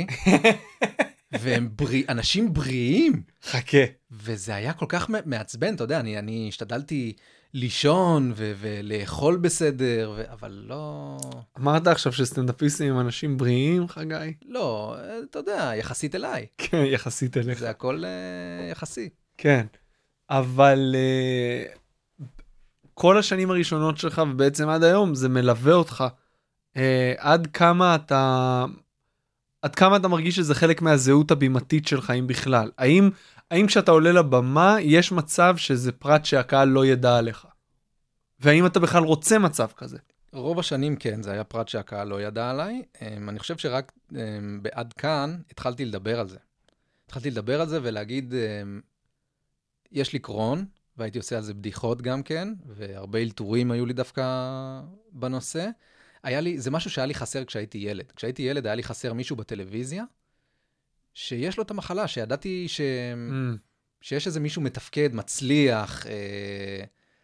והם בריא, אנשים בריאים. חכה. וזה היה כל כך מעצבן, אתה יודע, אני, אני השתדלתי לישון ו- ולאכול בסדר, ו- אבל לא... אמרת עכשיו שסטנדאפיסטים הם אנשים בריאים, חגי? לא, אתה יודע, יחסית אליי. כן, יחסית אליך. זה הכל uh, יחסי. כן, אבל uh, כל השנים הראשונות שלך, ובעצם עד היום, זה מלווה אותך. Uh, עד כמה אתה... עד כמה אתה מרגיש שזה חלק מהזהות הבימתית שלך, אם בכלל? האם, האם כשאתה עולה לבמה, יש מצב שזה פרט שהקהל לא ידע עליך? והאם אתה בכלל רוצה מצב כזה? רוב השנים כן, זה היה פרט שהקהל לא ידע עליי. אני חושב שרק בעד כאן התחלתי לדבר על זה. התחלתי לדבר על זה ולהגיד, יש לי קרון, והייתי עושה על זה בדיחות גם כן, והרבה אלתורים היו לי דווקא בנושא. היה לי, זה משהו שהיה לי חסר כשהייתי ילד. כשהייתי ילד היה לי חסר מישהו בטלוויזיה, שיש לו את המחלה, שידעתי ש... mm. שיש איזה מישהו מתפקד, מצליח, אה...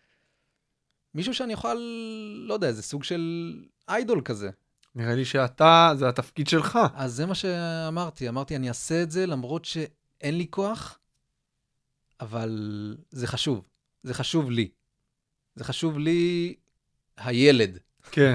מישהו שאני יכול, לא יודע, זה סוג של איידול כזה. נראה לי שאתה, זה התפקיד שלך. אז זה מה שאמרתי, אמרתי, אני אעשה את זה למרות שאין לי כוח, אבל זה חשוב, זה חשוב לי. זה חשוב לי הילד. כן.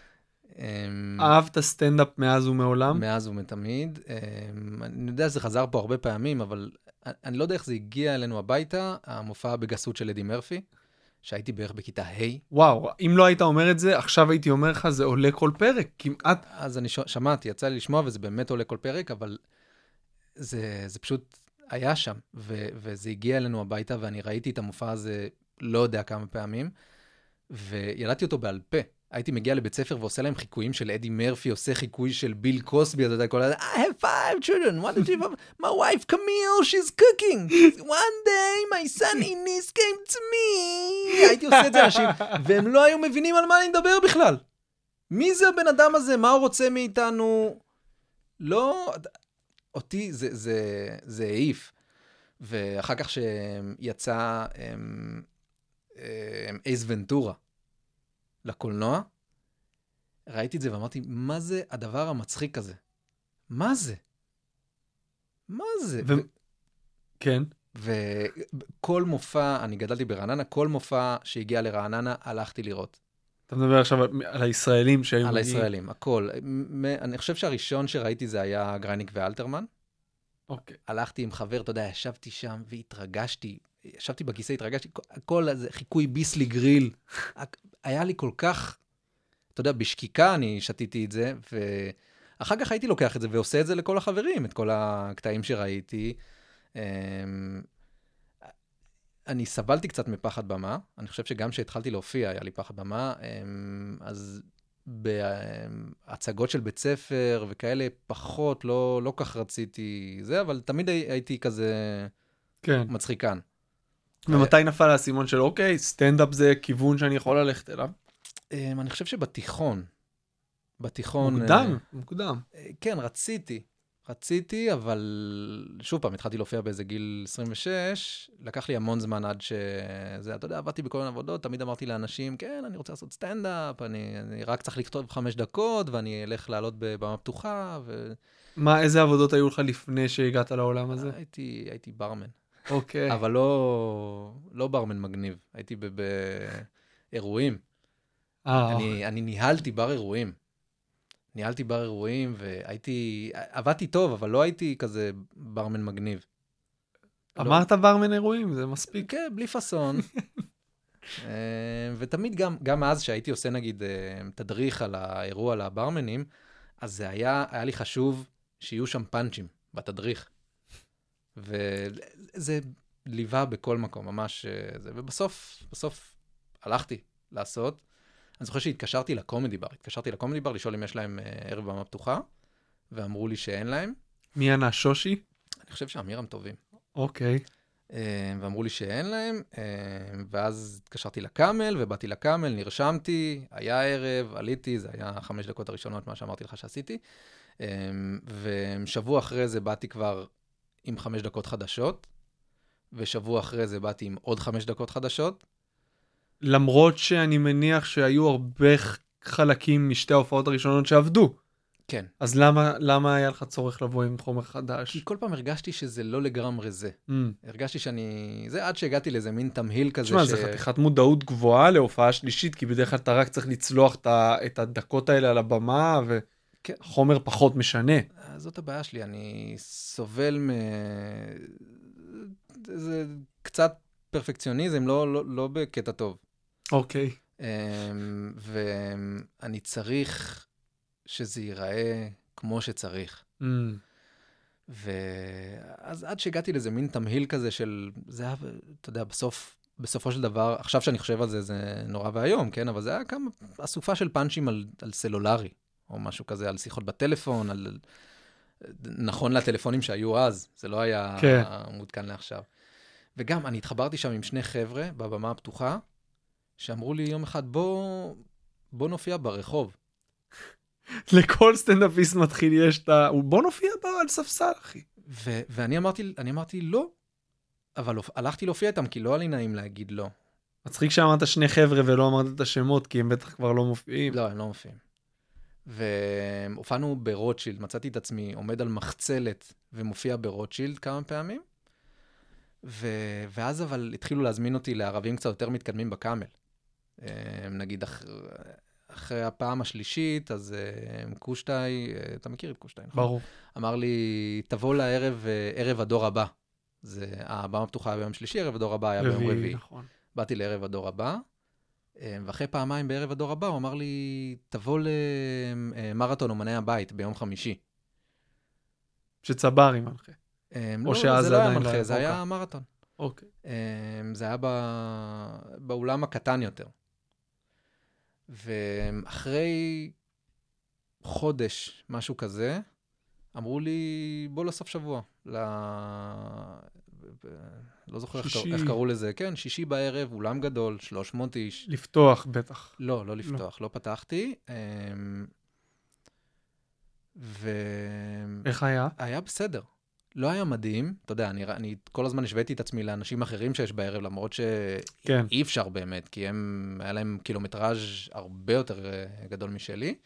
אהבת סטנדאפ מאז ומעולם? מאז ומתמיד. אני יודע שזה חזר פה הרבה פעמים, אבל אני לא יודע איך זה הגיע אלינו הביתה, המופע בגסות של אדי מרפי, שהייתי בערך בכיתה ה'. וואו, אם לא היית אומר את זה, עכשיו הייתי אומר לך, זה עולה כל פרק, כמעט. אז אני שמעתי, יצא לי לשמוע, וזה באמת עולה כל פרק, אבל זה, זה פשוט היה שם, ו, וזה הגיע אלינו הביתה, ואני ראיתי את המופע הזה לא יודע כמה פעמים, וידעתי אותו בעל פה. הייתי מגיע לבית ספר ועושה להם חיקויים של אדי מרפי, עושה חיקוי של ביל קוסבי, אתה יודע, כל הזה, I have five children, what did you have? My wife Camille, she's cooking. One day my son Ines came to me. הייתי עושה את זה אנשים, והם לא היו מבינים על מה אני מדבר בכלל. מי זה הבן אדם הזה? מה הוא רוצה מאיתנו? לא, אותי זה, זה, זה העיף. ואחר כך שיצא אייס ונטורה, לקולנוע, ראיתי את זה ואמרתי, מה זה הדבר המצחיק הזה? מה זה? מה זה? ו... כן. וכל מופע, אני גדלתי ברעננה, כל מופע שהגיע לרעננה, הלכתי לראות. אתה מדבר עכשיו על הישראלים שהיו... על הישראלים, הכל. אני חושב שהראשון שראיתי זה היה גרייניק ואלתרמן. אוקיי. הלכתי עם חבר, אתה יודע, ישבתי שם והתרגשתי, ישבתי בכיסא, התרגשתי, כל הזה, חיקוי ביסלי גריל, היה לי כל כך, אתה יודע, בשקיקה אני שתיתי את זה, ואחר כך הייתי לוקח את זה ועושה את זה לכל החברים, את כל הקטעים שראיתי. אני סבלתי קצת מפחד במה, אני חושב שגם כשהתחלתי להופיע היה לי פחד במה, אז בהצגות של בית ספר וכאלה פחות, לא, לא כך רציתי זה, אבל תמיד הייתי כזה כן. מצחיקן. ומתי נפל האסימון של אוקיי, סטנדאפ זה כיוון שאני יכול ללכת אליו? אני חושב שבתיכון, בתיכון... מוקדם, מוקדם. כן, רציתי, רציתי, אבל שוב פעם, התחלתי להופיע באיזה גיל עשרים ושש, לקח לי המון זמן עד שזה, אתה יודע, עבדתי בכל מיני עבודות, תמיד אמרתי לאנשים, כן, אני רוצה לעשות סטנדאפ, אני, אני רק צריך לכתוב חמש דקות, ואני אלך לעלות בבמה פתוחה, ו... מה, איזה עבודות היו לך לפני שהגעת לעולם הזה? הייתי, הייתי ברמן. אוקיי. אבל לא, לא ברמן מגניב. הייתי באירועים. אני, אני ניהלתי בר אירועים. ניהלתי בר אירועים, והייתי, עבדתי טוב, אבל לא הייתי כזה ברמן מגניב. אמרת ברמן אירועים, זה מספיק. כן, בלי פסון. ותמיד גם, גם אז שהייתי עושה נגיד תדריך על האירוע, על הברמנים, אז זה היה, היה לי חשוב שיהיו שם פאנצ'ים בתדריך. וזה ליווה בכל מקום, ממש זה. ובסוף, בסוף הלכתי לעשות. אני זוכר שהתקשרתי לקומדי בר, התקשרתי לקומדי בר לשאול אם יש להם ערב במה פתוחה, ואמרו לי שאין להם. מי ענה, שושי? אני חושב שאמירם טובים. אוקיי. ואמרו לי שאין להם, ואז התקשרתי לקאמל, ובאתי לקאמל, נרשמתי, היה ערב, עליתי, זה היה חמש דקות הראשונות, מה שאמרתי לך שעשיתי, ושבוע אחרי זה באתי כבר עם חמש דקות חדשות, ושבוע אחרי זה באתי עם עוד חמש דקות חדשות. למרות שאני מניח שהיו הרבה חלקים משתי ההופעות הראשונות שעבדו. כן. אז למה, למה היה לך צורך לבוא עם חומר חדש? כי כל פעם הרגשתי שזה לא לגמרי זה. Mm. הרגשתי שאני... זה עד שהגעתי לאיזה מין תמהיל כזה שמה, ש... זה חתיכת מודעות גבוהה להופעה שלישית, כי בדרך כלל אתה רק צריך לצלוח את הדקות האלה על הבמה, וחומר פחות משנה. זאת הבעיה שלי, אני סובל מ... זה קצת פרפקציוניזם, לא, לא, לא בקטע טוב. אוקיי. ואני צריך... שזה ייראה כמו שצריך. Mm. ואז עד שהגעתי לזה מין תמהיל כזה של, זה היה, אתה יודע, בסוף, בסופו של דבר, עכשיו שאני חושב על זה, זה נורא והיום, כן? אבל זה היה כמה אסופה של פאנצ'ים על, על סלולרי, או משהו כזה, על שיחות בטלפון, על, נכון לטלפונים שהיו אז, זה לא היה כן. מותקן לעכשיו. וגם, אני התחברתי שם עם שני חבר'ה, בבמה הפתוחה, שאמרו לי יום אחד, בוא, בוא נופיע ברחוב. לכל סטנדאפיסט מתחיל יש את ה... בוא נופיע בה על ספסל, אחי. ו- ואני אמרתי, אני אמרתי לא, אבל הלכתי להופיע איתם, כי לא היה לי נעים להגיד לא. מצחיק שאמרת שני חבר'ה ולא אמרת את השמות, כי הם בטח כבר לא מופיעים. לא, הם לא מופיעים. והופענו ברוטשילד, מצאתי את עצמי עומד על מחצלת ומופיע ברוטשילד כמה פעמים, ו- ואז אבל התחילו להזמין אותי לערבים קצת יותר מתקדמים בקאמל. נגיד אחרי... אחרי הפעם השלישית, אז uh, קושטאי, uh, אתה מכיר את קושטאי, נכון? ברור. אמר לי, תבוא לערב, uh, ערב הדור הבא. זה, הבמה הפתוחה היה ביום שלישי, ערב הדור הבא היה ביום רביעי. רביעי. נכון. באתי לערב הדור הבא, uh, ואחרי פעמיים בערב הדור הבא, הוא אמר לי, תבוא למרתון אומני הבית ביום חמישי. שצברי מנחה. Um, או לא, שאז זה לא היה מנחה, זה היה מרתון. אוקיי. Um, זה היה בא... באולם הקטן יותר. ואחרי חודש, משהו כזה, אמרו לי, בוא לסוף שבוע. ל... לא זוכר איך קראו לזה. כן, שישי בערב, אולם גדול, שלוש מאות איש. לפתוח בטח. לא, לא לפתוח, לא פתחתי. ו... איך היה? היה בסדר. לא היה מדהים, אתה יודע, אני, אני כל הזמן השוויתי את עצמי לאנשים אחרים שיש בערב, למרות שאי כן. אפשר באמת, כי הם, היה להם קילומטראז' הרבה יותר גדול משלי,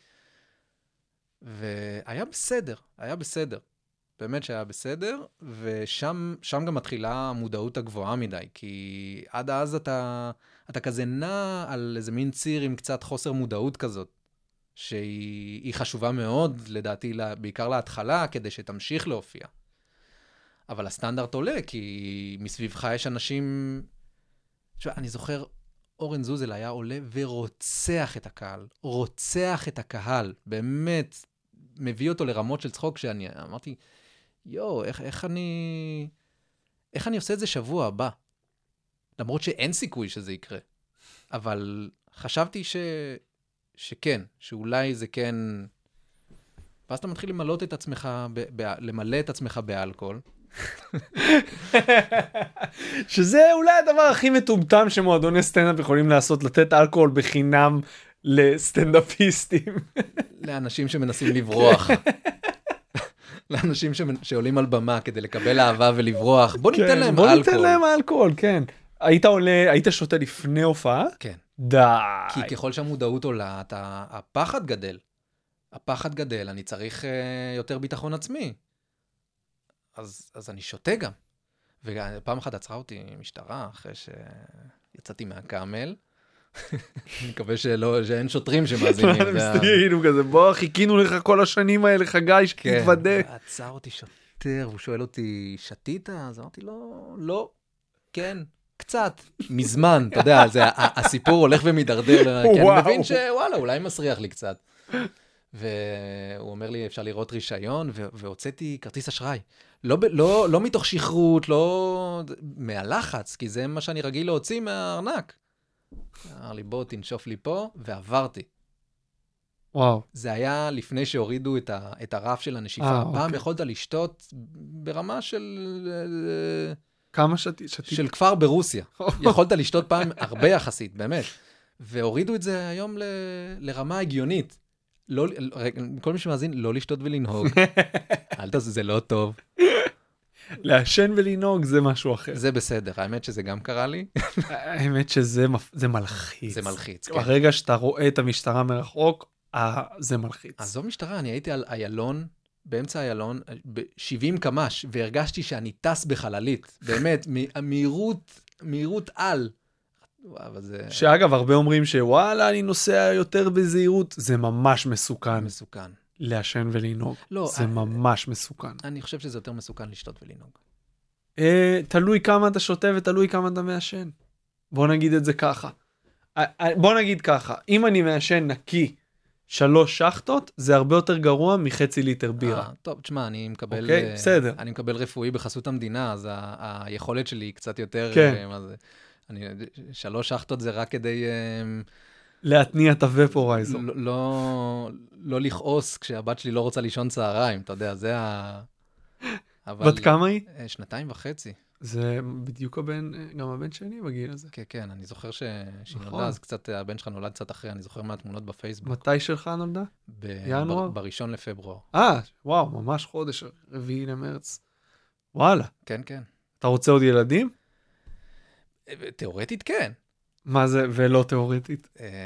והיה בסדר, היה בסדר, באמת שהיה בסדר, ושם שם גם מתחילה המודעות הגבוהה מדי, כי עד אז אתה, אתה כזה נע על איזה מין ציר עם קצת חוסר מודעות כזאת, שהיא חשובה מאוד, לדעתי, בעיקר להתחלה, כדי שתמשיך להופיע. אבל הסטנדרט עולה, כי מסביבך יש אנשים... תשמע, אני זוכר, אורן זוזל היה עולה ורוצח את הקהל. רוצח את הקהל. באמת, מביא אותו לרמות של צחוק, שאני אמרתי, יו, איך, איך אני... איך אני עושה את זה שבוע הבא? למרות שאין סיכוי שזה יקרה. אבל חשבתי ש... שכן, שאולי זה כן... ואז אתה מתחיל למלות את עצמך, ב... ב... למלא את עצמך באלכוהול, שזה אולי הדבר הכי מטומטם שמועדוני סטנדאפ יכולים לעשות, לתת אלכוהול בחינם לסטנדאפיסטים. לאנשים שמנסים לברוח. לאנשים שעולים על במה כדי לקבל אהבה ולברוח. בוא ניתן להם אלכוהול. בוא ניתן להם אלכוהול, כן. היית עולה, היית שותה לפני הופעה? כן. די. כי ככל שהמודעות עולה, הפחד גדל. הפחד גדל, אני צריך יותר ביטחון עצמי. אז, אז אני שותה גם. ופעם אחת עצרה אותי משטרה, אחרי שיצאתי מהקאמל. אני מקווה שלא, שאין שוטרים שמאזינים. מסתגרנו כזה, בוא, חיכינו לך כל השנים האלה, חגי, שתתוודא. כן, עצר אותי שוטר, והוא שואל אותי, שתית? אז אמרתי לו, לא, כן, קצת, מזמן, אתה יודע, הסיפור הולך ומדרדר, כי אני מבין שוואלה, אולי מסריח לי קצת. והוא אומר לי, אפשר לראות רישיון, והוצאתי כרטיס אשראי. לא, לא, לא מתוך שכרות, לא מהלחץ, כי זה מה שאני רגיל להוציא מהארנק. אמר לי, בוא, תנשוף לי פה, ועברתי. וואו. זה היה לפני שהורידו את, ה, את הרף של הנשיפה. 아, פעם אוקיי. יכולת לשתות ברמה של... כמה שתית? שתית? של כפר ברוסיה. יכולת לשתות פעם הרבה יחסית, באמת. והורידו את זה היום ל, לרמה הגיונית. לא, כל מי שמאזין, לא לשתות ולנהוג. אל תעשו, זה לא טוב. לעשן ולנהוג זה משהו אחר. זה בסדר, האמת שזה גם קרה לי. האמת שזה זה מלחיץ. זה מלחיץ, כן. ברגע שאתה רואה את המשטרה מרחוק, זה מלחיץ. אז זו משטרה, אני הייתי על איילון, באמצע איילון, ב-שבעים קמ"ש, והרגשתי שאני טס בחללית. באמת, מהירות, מהירות על. זה... שאגב, הרבה אומרים שוואלה, אני נוסע יותר בזהירות. זה ממש מסוכן. מסוכן. לעשן ולנהוג. לא, זה אני, ממש מסוכן. אני חושב שזה יותר מסוכן לשתות ולנהוג. אה, תלוי כמה אתה שותה ותלוי כמה אתה מעשן. בוא נגיד את זה ככה. בוא נגיד ככה, אם אני מעשן נקי שלוש שחטות, זה הרבה יותר גרוע מחצי ליטר בירה. 아, טוב, תשמע, אני מקבל, אוקיי, בסדר. אני מקבל רפואי בחסות המדינה, אז ה- היכולת שלי היא קצת יותר... כן. מה זה, אני, שלוש שחטות זה רק כדי... להתניע את הוופורייזר. לא, לא, לא לכעוס כשהבת שלי לא רוצה לישון צהריים, אתה יודע, זה ה... אבל... בת כמה היא? שנתיים וחצי. זה בדיוק הבן, גם הבן שני בגיל הזה. כן, כן, אני זוכר ש... שהיא נכון. נולדה, אז קצת, הבן שלך נולד קצת אחרי, אני זוכר מהתמונות בפייסבוק. מתי שלך נולדה? ב... ינואר? ב... בראשון לפברואר. אה, וואו, ממש חודש, רביעי למרץ. וואלה. כן, כן. אתה רוצה עוד ילדים? תיאורטית כן. מה זה, ולא תיאורטית?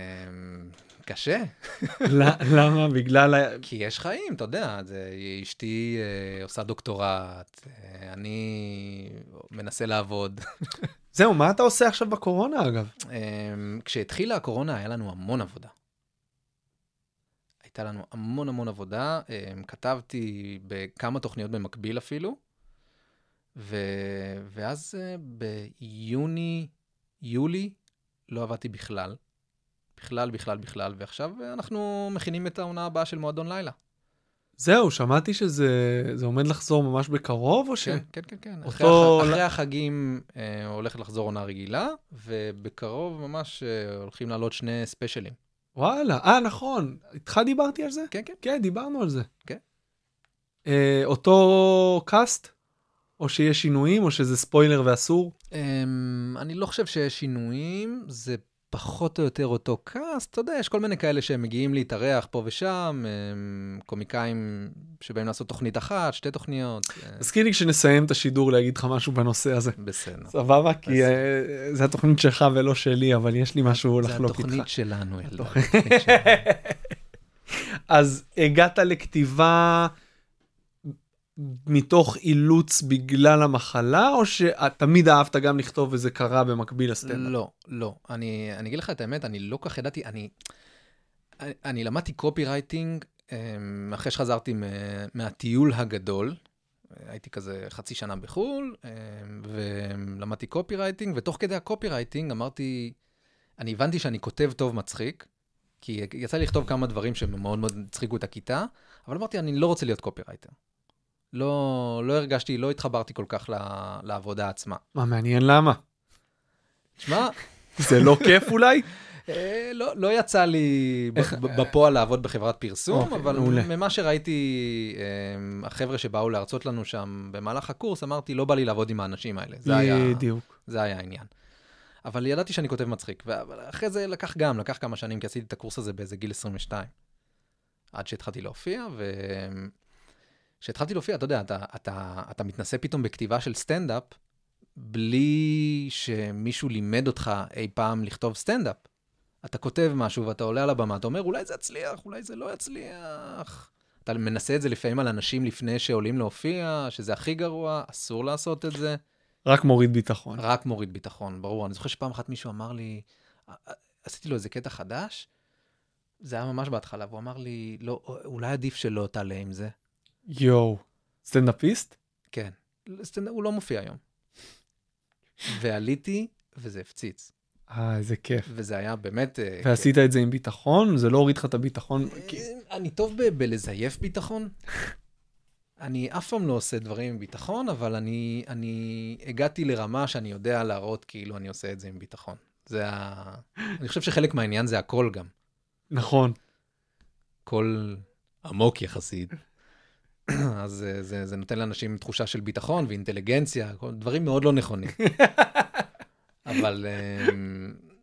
קשה. למה? בגלל... כי יש חיים, אתה יודע, אשתי עושה דוקטורט, אני מנסה לעבוד. זהו, מה אתה עושה עכשיו בקורונה, אגב? כשהתחילה הקורונה, היה לנו המון עבודה. הייתה לנו המון המון עבודה, כתבתי בכמה תוכניות במקביל אפילו, ואז ביוני, יולי, לא עבדתי בכלל. בכלל, בכלל, בכלל, ועכשיו אנחנו מכינים את העונה הבאה של מועדון לילה. זהו, שמעתי שזה זה עומד לחזור ממש בקרוב, או ש... כן, כן, כן, כן. אותו... אחרי, אחרי החגים אה, הולכת לחזור עונה רגילה, ובקרוב ממש אה, הולכים לעלות שני ספיישלים. וואלה, אה, נכון. איתך דיברתי על זה? כן, כן. כן, דיברנו על זה. כן. אה, אותו קאסט? או שיש שינויים, או שזה ספוילר ואסור? אה, אני לא חושב שיש שינויים, זה פחות או יותר אותו קאסט, אתה יודע, יש כל מיני כאלה שהם מגיעים להתארח פה ושם, קומיקאים שבאים לעשות תוכנית אחת, שתי תוכניות. תזכיר לי כשנסיים את השידור להגיד לך משהו בנושא הזה. בסדר. סבבה, כי זה התוכנית שלך ולא שלי, אבל יש לי משהו לחלוק איתך. זה התוכנית שלנו, ילדה. אז הגעת לכתיבה מתוך אילוץ בגלל המחלה, או שתמיד אהבת גם לכתוב וזה קרה במקביל לסטנדאפ? לא, לא. אני, אני אגיד לך את האמת, אני לא כך ידעתי, אני, אני, אני למדתי קופי רייטינג, אחרי שחזרתי מהטיול הגדול, הייתי כזה חצי שנה בחול, ולמדתי קופי רייטינג, ותוך כדי הקופי רייטינג אמרתי, אני הבנתי שאני כותב טוב מצחיק, כי יצא לי לכתוב כמה דברים שמאוד מאוד הצחיקו את הכיתה, אבל אמרתי, אני לא רוצה להיות קופי רייטר. לא, לא הרגשתי, לא התחברתי כל כך לעבודה עצמה. מה, מעניין למה? תשמע... זה לא כיף אולי? לא, לא יצא לי בפועל לעבוד בחברת פרסום, אבל ממה שראיתי, החבר'ה שבאו להרצות לנו שם במהלך הקורס, אמרתי, לא בא לי לעבוד עם האנשים האלה. בדיוק. זה היה העניין. אבל ידעתי שאני כותב מצחיק, ואחרי זה לקח גם, לקח כמה שנים, כי עשיתי את הקורס הזה באיזה גיל עשרים ושתיים. עד שהתחלתי להופיע, ו... כשהתחלתי להופיע, אתה יודע, אתה, אתה, אתה מתנסה פתאום בכתיבה של סטנדאפ, בלי שמישהו לימד אותך אי פעם לכתוב סטנדאפ. אתה כותב משהו ואתה עולה על הבמה, אתה אומר, אולי זה יצליח, אולי זה לא יצליח. אתה מנסה את זה לפעמים על אנשים לפני שעולים להופיע, שזה הכי גרוע, אסור לעשות את זה, רק מוריד ביטחון. רק מוריד ביטחון, ברור. אני זוכר שפעם אחת מישהו אמר לי, עשיתי לו איזה קטע חדש, זה היה ממש בהתחלה, והוא אמר לי, לא, אולי עדיף שלא תעלה עם זה. יואו, סטנדאפיסט? כן, סטנד... הוא לא מופיע היום. ועליתי, וזה הפציץ. אה, איזה כיף. וזה היה באמת... ועשית את זה עם ביטחון? זה לא הוריד לך את הביטחון? אני טוב ב- בלזייף ביטחון. אני אף פעם לא עושה דברים עם ביטחון, אבל אני, אני הגעתי לרמה שאני יודע להראות כאילו אני עושה את זה עם ביטחון. זה ה... אני חושב שחלק מהעניין זה הכל גם. נכון. קול עמוק יחסית. אז זה, זה, זה נותן לאנשים תחושה של ביטחון ואינטליגנציה, דברים מאוד לא נכונים. אבל um,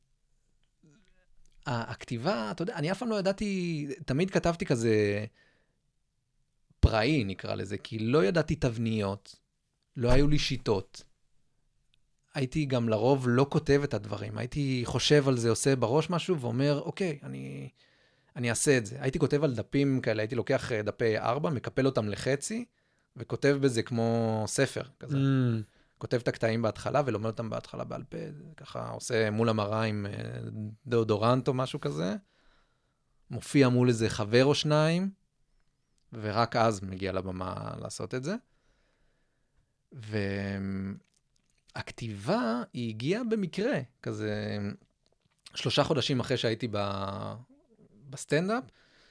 הכתיבה, אתה יודע, אני אף פעם לא ידעתי, תמיד כתבתי כזה פראי, נקרא לזה, כי לא ידעתי תבניות, לא היו לי שיטות. הייתי גם לרוב לא כותב את הדברים, הייתי חושב על זה, עושה בראש משהו, ואומר, אוקיי, אני, אני אעשה את זה. הייתי כותב על דפים כאלה, הייתי לוקח דפי ארבע, מקפל אותם לחצי, וכותב בזה כמו ספר כזה. Mm. כותב את הקטעים בהתחלה, ולומד אותם בהתחלה בעל פה, ככה עושה מול המראה עם דאודורנט או משהו כזה, מופיע מול איזה חבר או שניים, ורק אז מגיע לבמה לעשות את זה. והכתיבה היא הגיעה במקרה, כזה שלושה חודשים אחרי שהייתי בסטנדאפ,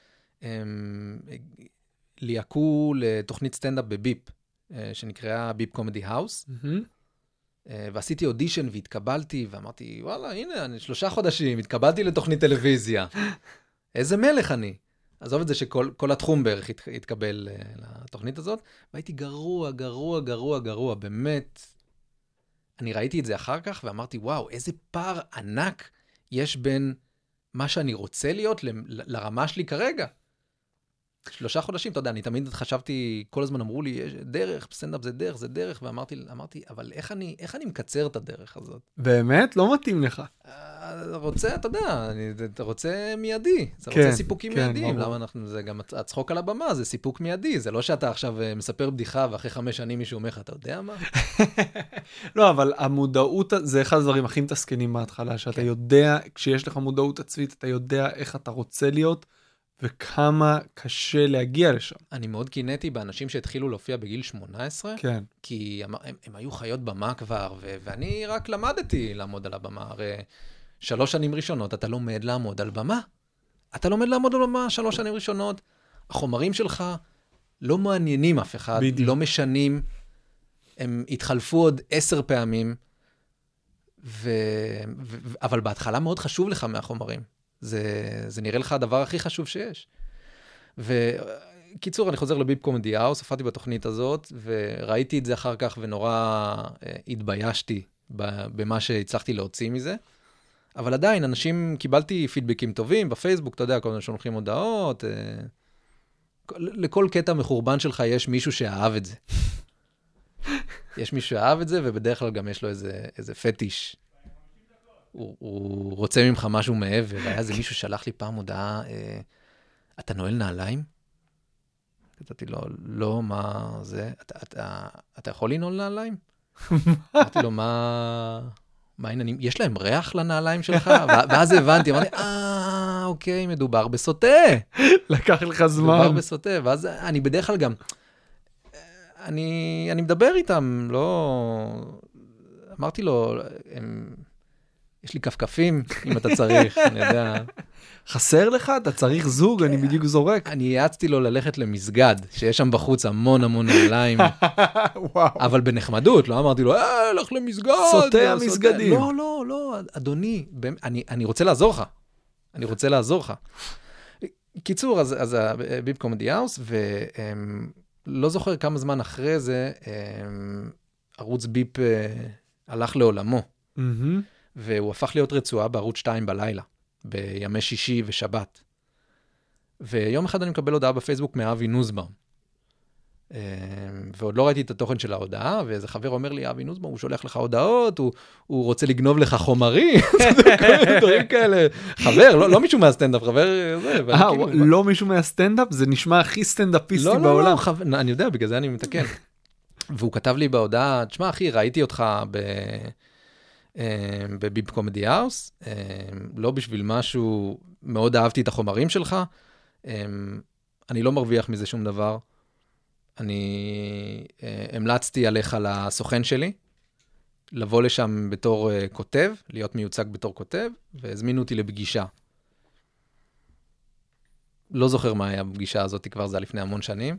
ליעקו לתוכנית סטנדאפ בביפ, שנקראה ביפ קומדי האוס, ועשיתי אודישן והתקבלתי, ואמרתי, וואלה, הנה, אני שלושה חודשים, התקבלתי לתוכנית טלוויזיה. איזה מלך אני. עזוב את זה שכל כל התחום בערך הת, התקבל לתוכנית הזאת, והייתי גרוע, גרוע, גרוע, גרוע, באמת. אני ראיתי את זה אחר כך, ואמרתי, וואו, איזה פער ענק יש בין מה שאני רוצה להיות ל, לרמה שלי כרגע. שלושה חודשים, אתה יודע, אני תמיד חשבתי, כל הזמן אמרו לי, יש דרך, סטנדאפ זה דרך, זה דרך, ואמרתי, אמרתי, אבל איך אני, איך אני מקצר את הדרך הזאת? באמת? לא מתאים לך. רוצה, אתה יודע, אתה רוצה מיידי, אתה רוצה סיפוקים מיידיים, למה אנחנו, זה גם הצחוק על הבמה, זה סיפוק מיידי, זה לא שאתה עכשיו מספר בדיחה, ואחרי חמש שנים מישהו אומר לך, אתה יודע מה? לא, אבל המודעות, זה אחד הדברים הכי מתסכנים בהתחלה, שאתה יודע, כשיש לך מודעות עצמית, אתה יודע איך אתה רוצה להיות, וכמה קשה להגיע לשם. אני מאוד קינאתי באנשים שהתחילו להופיע בגיל שמונה עשרה, כן. כי הם, הם, הם היו חיות במה כבר, ו- ואני רק למדתי לעמוד על הבמה. הרי שלוש שנים ראשונות אתה לומד לעמוד על במה. אתה לומד לעמוד על במה שלוש שנים ראשונות. החומרים שלך לא מעניינים אף אחד, בדיוק. לא משנים, הם התחלפו עוד עשר פעמים, ו... ו... אבל בהתחלה מאוד חשוב לך מהחומרים. זה, זה נראה לך הדבר הכי חשוב שיש. וקיצור, אני חוזר לביפ קומדי האוס, הופעתי בתוכנית הזאת, וראיתי את זה אחר כך, ונורא התביישתי במה שהצלחתי להוציא מזה. אבל עדיין, אנשים, קיבלתי פידבקים טובים בפייסבוק, אתה יודע, כל מיני שולחים הודעות. לכל קטע מחורבן שלך יש מישהו שאהב את זה. יש מישהו שאהב את זה, ובדרך כלל גם יש לו איזה, איזה פטיש. הוא, הוא רוצה ממך משהו מעבר, והיה איזה מישהו שלח לי פעם הודעה, אה, אתה נועל נעליים? כתבתי לו, לא, מה זה? אתה, אתה, אתה יכול לנעול נעליים? אמרתי לו, מה, מה העניינים? יש להם ריח לנעליים שלך? ואז הבנתי, אמרתי, אה, אוקיי, מדובר בסוטה. לקח לך זמן. מדובר בסוטה, ואז אני בדרך כלל גם, אני, אני מדבר איתם, לא, אמרתי לו, הם... יש לי כפכפים, אם אתה צריך, אני יודע. חסר לך? אתה צריך זוג? אני בדיוק זורק. אני יעצתי לו ללכת למסגד, שיש שם בחוץ המון המון נעליים. אבל בנחמדות, לא אמרתי לו, אה, הלך למסגד. סוטה המסגדים. לא, לא, לא, אדוני, אני רוצה לעזור לך. אני רוצה לעזור לך. קיצור, אז ביפ קומדי האוס, ולא זוכר כמה זמן אחרי זה, ערוץ ביפ הלך לעולמו. והוא הפך להיות רצועה בערוץ שתיים בלילה, בימי שישי ושבת. ויום אחד אני מקבל הודעה בפייסבוק מאבי נוסבאום. ועוד לא ראיתי את התוכן של ההודעה, ואיזה חבר אומר לי, אבי נוסבאום, הוא שולח לך הודעות, הוא, הוא רוצה לגנוב לך חומרים, דברים כאלה. חבר, לא, לא מישהו מהסטנדאפ, חבר... אה, לא מישהו מהסטנדאפ? זה נשמע הכי סטנדאפיסטי בעולם. לא, לא, לא, אני יודע, בגלל זה אני מתקן. והוא כתב לי בהודעה, תשמע אחי, ראיתי אותך בביב קומדי האוס, לא בשביל משהו, מאוד אהבתי את החומרים שלך, אני לא מרוויח מזה שום דבר, אני המלצתי עליך לסוכן שלי, לבוא לשם בתור כותב, להיות מיוצג בתור כותב, והזמינו אותי לפגישה. לא זוכר מה היה בפגישה הזאת, כבר זה היה לפני המון שנים,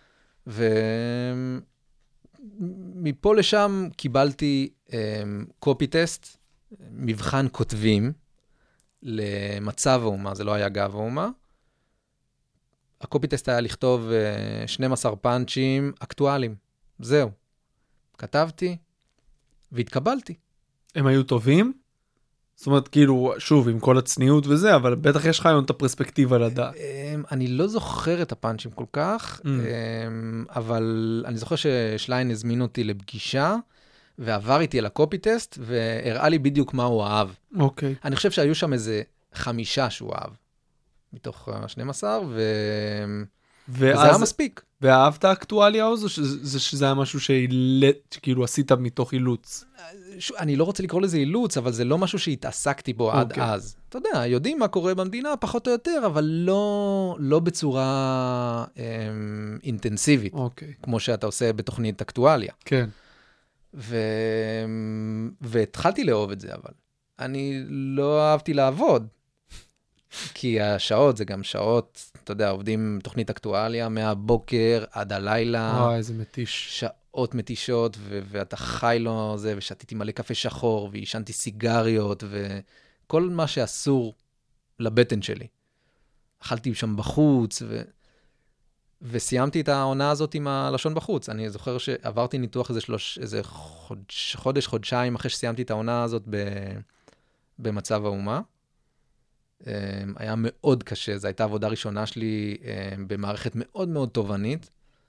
ומפה לשם קיבלתי קופי טסט, מבחן כותבים, למצב האומה, זה לא היה גב האומה. הקופי טסט היה לכתוב שנים עשר פאנצ'ים אקטואליים, זהו. כתבתי, והתקבלתי. הם היו טובים? זאת אומרת, כאילו, שוב, עם כל הצניעות וזה, אבל בטח יש לך היום את הפרספקטיבה לדעת. אני לא זוכר את הפאנצ'ים כל כך, אבל אני זוכר ששליין הזמין אותי לפגישה, ועבר איתי על הקופי טסט, והראה לי בדיוק מה הוא אהב. אוקיי. אני חושב שהיו שם איזה חמישה שהוא אהב, מתוך שנים עשר, ו... וזה היה מספיק. ואהבת האקטואליה או זה שזה היה משהו שכאילו עשית מתוך אילוץ? אני לא רוצה לקרוא לזה אילוץ, אבל זה לא משהו שהתעסקתי בו עד אז. אתה יודע, יודעים מה קורה במדינה, פחות או יותר, אבל לא, לא בצורה אינטנסיבית, כמו שאתה עושה בתוכנית אקטואליה. כן. ו... והתחלתי לאהוב את זה, אבל אני לא אהבתי לעבוד. כי השעות זה גם שעות, אתה יודע, עובדים תוכנית אקטואליה, מהבוקר עד הלילה. וואי, איזה מתיש. שעות מתישות, ו- ואתה חי לו זה, ושתיתי מלא קפה שחור, וישנתי סיגריות, וכל מה שאסור לבטן שלי. אכלתי שם בחוץ, ו... וסיימתי את העונה הזאת עם הלשון בחוץ. אני זוכר שעברתי ניתוח איזה, שלוש, איזה חודש, חודש, חודשיים, אחרי שסיימתי את העונה הזאת ב... במצב האומה. היה מאוד קשה, זו הייתה עבודה ראשונה שלי במערכת מאוד מאוד תובנית,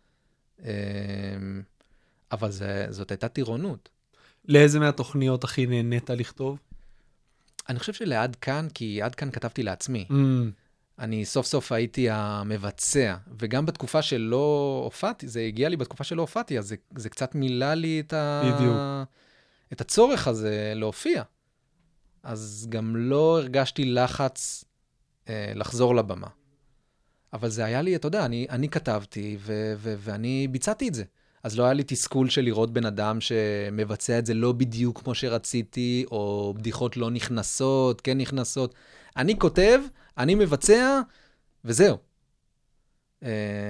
אבל זה, זאת הייתה טירונות. לאיזה מהתוכניות הכי נהנית לכתוב? אני חושב שלעד כאן, כי עד כאן כתבתי לעצמי. Mm. אני סוף סוף הייתי המבצע, וגם בתקופה שלא הופעתי, זה הגיע לי בתקופה שלא הופעתי, אז זה, זה קצת מילא לי את, ה... את הצורך הזה להופיע. אז גם לא הרגשתי לחץ אה, לחזור לבמה. אבל זה היה לי, אתה יודע, אני, אני כתבתי ו- ו- ואני ביצעתי את זה. אז לא היה לי תסכול של לראות בן אדם שמבצע את זה לא בדיוק כמו שרציתי, או בדיחות לא נכנסות, כן נכנסות. אני כותב, אני מבצע, וזהו. אה,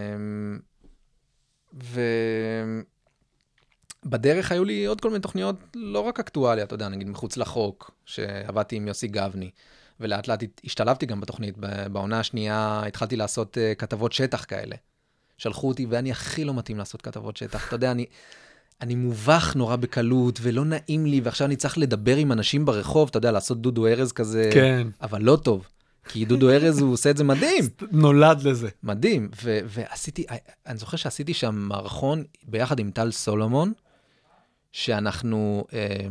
ו... בדרך היו לי עוד כל מיני תוכניות, לא רק אקטואליה, אתה יודע, נגיד מחוץ לחוק, שעבדתי עם יוסי גבני, ולאט לאט השתלבתי גם בתוכנית. בעונה השנייה התחלתי לעשות uh, כתבות שטח כאלה. שלחו אותי, ואני הכי לא מתאים לעשות כתבות שטח. אתה יודע, אני, אני מובך נורא בקלות, ולא נעים לי, ועכשיו אני צריך לדבר עם אנשים ברחוב, אתה יודע, לעשות דודו ארז כזה, כן. אבל לא טוב. כי דודו ארז הוא עושה את זה מדהים. נולד לזה. מדהים. ו- ועשיתי, אני זוכר שעשיתי שם מערכון ביחד עם טל סולומון, שאנחנו,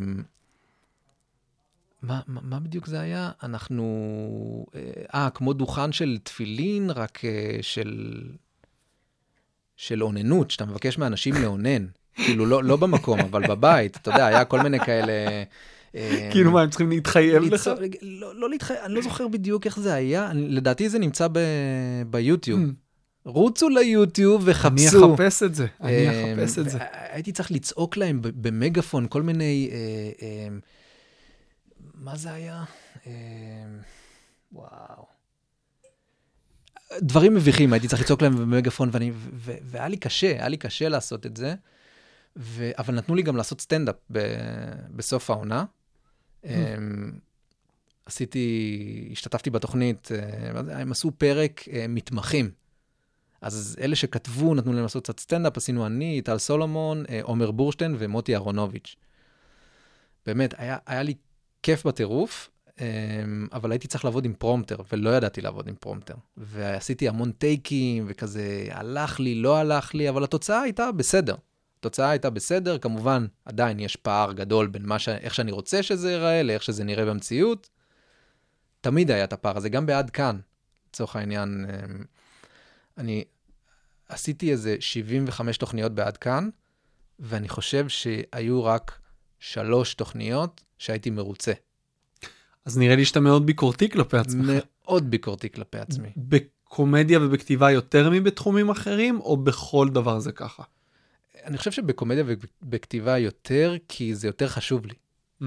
מה, מה, מה בדיוק זה היה? אנחנו, אה, כמו דוכן של תפילין, רק של, של עוננות, שאתה מבקש מאנשים לעונן. כאילו, לא, לא במקום, אבל בבית. אתה יודע, היה כל מיני כאלה... כאילו מה, הם צריכים להתחייב לך? לא, לא להתחייב, אני לא זוכר בדיוק איך זה היה. לדעתי זה נמצא ב, ביוטיוב. רוצו ליוטיוב וחפשו. אני אחפש את זה, אני אחפש את זה. הייתי צריך לצעוק להם במגפון, כל מיני... מה זה היה? וואו. דברים מביכים, הייתי צריך לצעוק להם במגפון, והיה לי קשה, היה לי קשה לעשות את זה, אבל נתנו לי גם לעשות סטנדאפ בסוף העונה. עשיתי, השתתפתי בתוכנית, הם עשו פרק מתמחים. אז אלה שכתבו, נתנו להם לעשות קצת סטנדאפ, עשינו אני, טל סולומון, עומר בורשטיין ומוטי אהרונוביץ'. באמת, היה, היה לי כיף בטירוף, אבל הייתי צריך לעבוד עם פרומטר, ולא ידעתי לעבוד עם פרומטר. ועשיתי המון טייקים, וכזה, הלך לי, לא הלך לי, אבל התוצאה הייתה בסדר. התוצאה הייתה בסדר, כמובן, עדיין יש פער גדול בין מה ש... איך שאני רוצה שזה ייראה, לאיך שזה נראה במציאות. תמיד היה את הפער הזה, גם בעד כאן, לצורך העניין, אני עשיתי איזה שבעים וחמש תוכניות בעד כאן, ואני חושב שהיו רק שלוש תוכניות שהייתי מרוצה. אז נראה לי שאתה מאוד ביקורתי כלפי עצמך. מאוד ביקורתי כלפי עצמי. בקומדיה ובכתיבה יותר מבתחומים אחרים, או בכל דבר זה ככה? אני חושב שבקומדיה ובכתיבה יותר, כי זה יותר חשוב לי. Mm.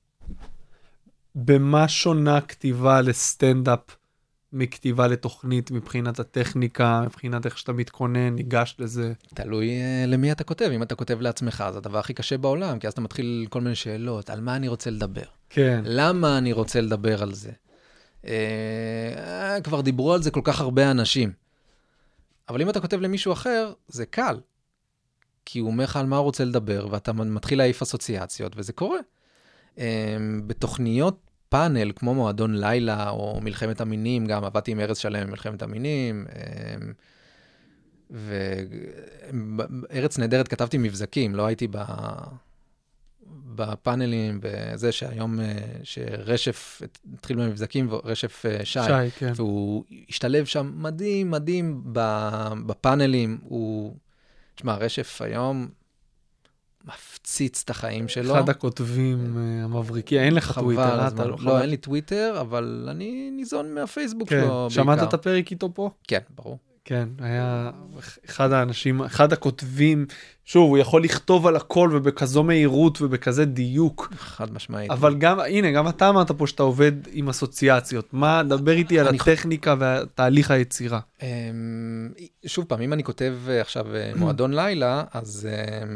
במה שונה כתיבה לסטנדאפ מכתיבה לתוכנית, מבחינת הטכניקה, מבחינת איך שאתה מתכונן, ניגש לזה? תלוי uh, למי אתה כותב. אם אתה כותב לעצמך, זה הדבר הכי קשה בעולם, כי אז אתה מתחיל כל מיני שאלות, על מה אני רוצה לדבר? כן. למה אני רוצה לדבר על זה? Uh, כבר דיברו על זה כל כך הרבה אנשים. אבל אם אתה כותב למישהו אחר, זה קל. כי הוא אומר לך על מה הוא רוצה לדבר, ואתה מתחיל להעיף אסוציאציות, וזה קורה. Um, בתוכניות פאנל, כמו מועדון לילה, או מלחמת המינים, גם עבדתי עם ארץ שלם מלחמת המינים, וארץ נהדרת כתבתי מבזקים, לא הייתי בפאנלים, וזה שהיום, שרשף התחיל במבזקים, רשף שי, שי, כן. והוא השתלב שם מדהים, מדהים בפאנלים, הוא, תשמע, רשף היום מפציץ את החיים שלו. אחד הכותבים המבריקי, אין לך טוויטר, אתה לא חלק? לא, אין לי טוויטר, אבל אני ניזון מהפייסבוק שלו בעיקר. שמעת את הפרק איתו פה? כן, ברור. כן, היה אחד האנשים, אחד הכותבים, שוב, הוא יכול לכתוב על הכל ובכזו מהירות ובכזה דיוק. חד משמעית. אבל גם, הנה, גם אתה אמרת פה שאתה עובד עם אסוציאציות. מה, דבר איתי על הטכניקה והתהליך היצירה. שוב פעם, אם אני כותב עכשיו מועדון לילה, אז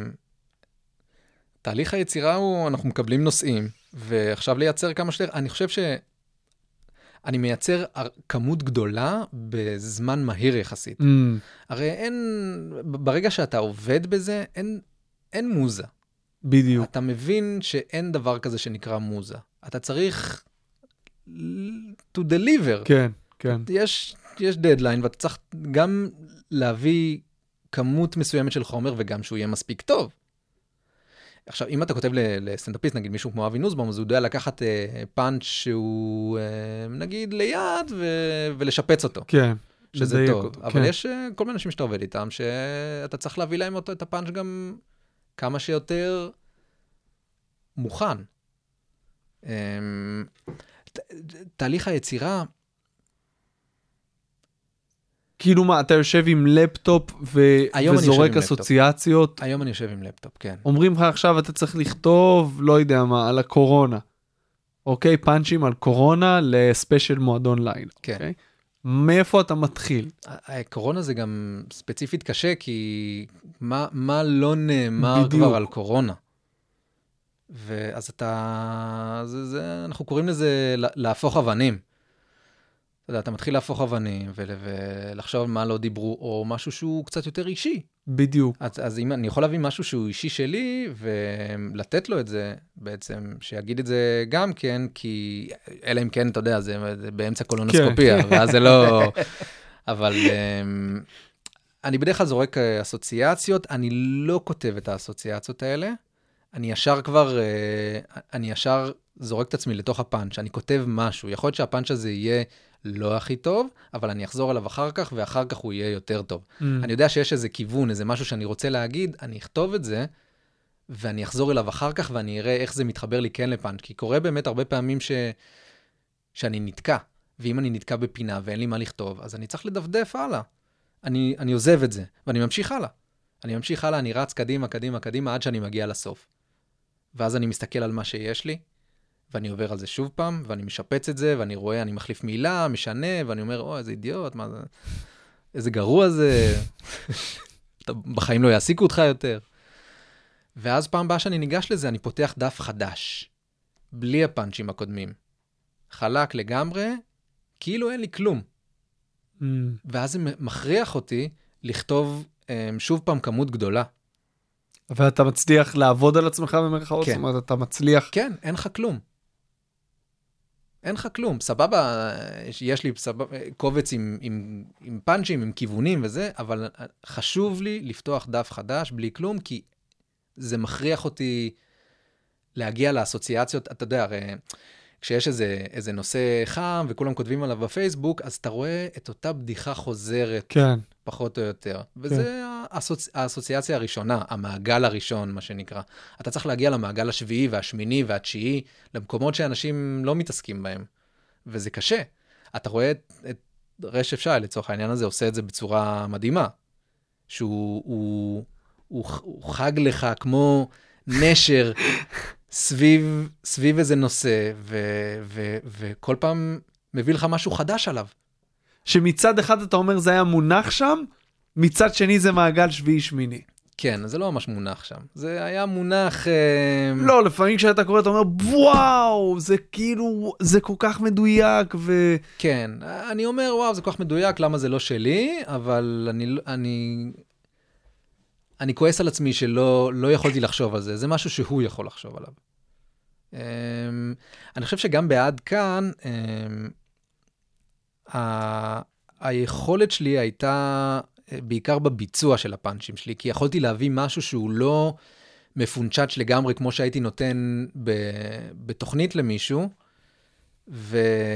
תהליך היצירה הוא, אנחנו מקבלים נושאים, ועכשיו לייצר כמה שיותר, אני חושב ש... אני מייצר כמות גדולה בזמן מהיר יחסית. Mm. הרי אין, ברגע שאתה עובד בזה, אין, אין מוזה. בדיוק. אתה מבין שאין דבר כזה שנקרא מוזה. אתה צריך to deliver. כן, כן. יש, יש דדליין, ואתה צריך גם להביא כמות מסוימת של חומר, וגם שהוא יהיה מספיק טוב. עכשיו, אם אתה כותב לסטנדאפיסט, נגיד מישהו כמו אבי נוסבאום, אז הוא יודע לקחת אה, פאנץ' שהוא, אה, נגיד, ליד ו- ולשפץ אותו. כן. שזה טוב. אותו, אבל כן. יש אה, כל מיני אנשים שאתה עובד איתם, שאתה צריך להביא להם אותו, את הפאנץ' גם כמה שיותר מוכן. אה, ת- תהליך היצירה... כאילו מה, אתה יושב עם לפטופ ו- וזורק אסוציאציות? לפטופ. היום אני יושב עם לפטופ, כן. אומרים לך עכשיו, אתה צריך לכתוב, לא יודע מה, על הקורונה. אוקיי? פאנצ'ים על קורונה לספיישל מועדון לילה. כן. אוקיי? מאיפה אתה מתחיל? הקורונה זה גם ספציפית קשה, כי מה, מה לא נאמר בדיוק. כבר על קורונה? ואז אתה... זה, זה, אנחנו קוראים לזה להפוך אבנים. אתה יודע, אתה מתחיל להפוך אבנים ולחשוב מה לא דיברו, או משהו שהוא קצת יותר אישי. בדיוק. אז, אז אם אני יכול להביא משהו שהוא אישי שלי, ולתת לו את זה בעצם, שיגיד את זה גם כן, כי אלא אם כן, אתה יודע, זה, זה באמצע קולונוסקופיה, כן. ואז זה לא... אבל אני בדרך כלל זורק אסוציאציות, אני לא כותב את האסוציאציות האלה, אני ישר כבר, אני ישר זורק את עצמי לתוך הפאנץ', אני כותב משהו, יכול להיות שהפאנץ' הזה יהיה לא הכי טוב, אבל אני אחזור אליו אחר כך, ואחר כך הוא יהיה יותר טוב. Mm. אני יודע שיש איזה כיוון, איזה משהו שאני רוצה להגיד, אני אכתוב את זה, ואני אחזור אליו אחר כך, ואני אראה איך זה מתחבר לי כן לפאנץ', כי קורה באמת הרבה פעמים ש... שאני נתקע, ואם אני נתקע בפינה ואין לי מה לכתוב, אז אני צריך לדפדף הלאה. אני, אני עוזב את זה, ואני ממשיך הלאה. אני ממשיך הלאה, אני רץ קדימה, קדימה, קדימה, עד שאני מגיע לסוף. ואז אני מסתכל על מה שיש לי, ואני עובר על זה שוב פעם, ואני משפץ את זה, ואני רואה, אני מחליף מילה, משנה, ואני אומר, או, איזה אידיוט, מה זה, איזה גרוע זה, בחיים לא יעסיקו אותך יותר. ואז פעם הבאה שאני ניגש לזה, אני פותח דף חדש, בלי הפאנצ'ים הקודמים. חלק לגמרי, כאילו אין לי כלום. Mm. ואז זה מכריח אותי לכתוב שוב פעם כמות גדולה. ואתה מצליח לעבוד על עצמך במרכאות? כן. זאת אומרת, אתה מצליח... כן, אין לך כלום. אין לך כלום. סבבה, יש לי סבבה, קובץ עם, עם, עם פאנצ'ים, עם כיוונים וזה, אבל חשוב לי לפתוח דף חדש בלי כלום, כי זה מכריח אותי להגיע לאסוציאציות. אתה יודע, הרי כשיש איזה, איזה נושא חם וכולם כותבים עליו בפייסבוק, אז אתה רואה את אותה בדיחה חוזרת. כן. פחות או יותר. וזה האסוצ... האסוציאציה הראשונה, המעגל הראשון, מה שנקרא. אתה צריך להגיע למעגל השביעי והשמיני והתשיעי, למקומות שאנשים לא מתעסקים בהם. וזה קשה. אתה רואה את, את רשף שי, לצורך העניין הזה, עושה את זה בצורה מדהימה. שהוא הוא, הוא, הוא חג לך כמו נשר סביב, סביב איזה נושא, ו, ו, וכל פעם מביא לך משהו חדש עליו. שמצד אחד אתה אומר זה היה מונח שם, מצד שני זה מעגל שביעי שמיני. כן, זה לא ממש מונח שם. זה היה מונח... לא, לפעמים כשאתה קורא, אתה אומר, וואו, זה כאילו, זה כל כך מדויק, ו... כן, אני אומר, וואו, זה כל כך מדויק, למה זה לא שלי, אבל אני... אני... אני כועס על עצמי שלא לא יכולתי לחשוב על זה. זה משהו שהוא יכול לחשוב עליו. אני חושב שגם בעד כאן, ה... היכולת שלי הייתה בעיקר בביצוע של הפאנצ'ים שלי, כי יכולתי להביא משהו שהוא לא מפונצ'אץ' לגמרי, כמו שהייתי נותן ב... בתוכנית למישהו, ו...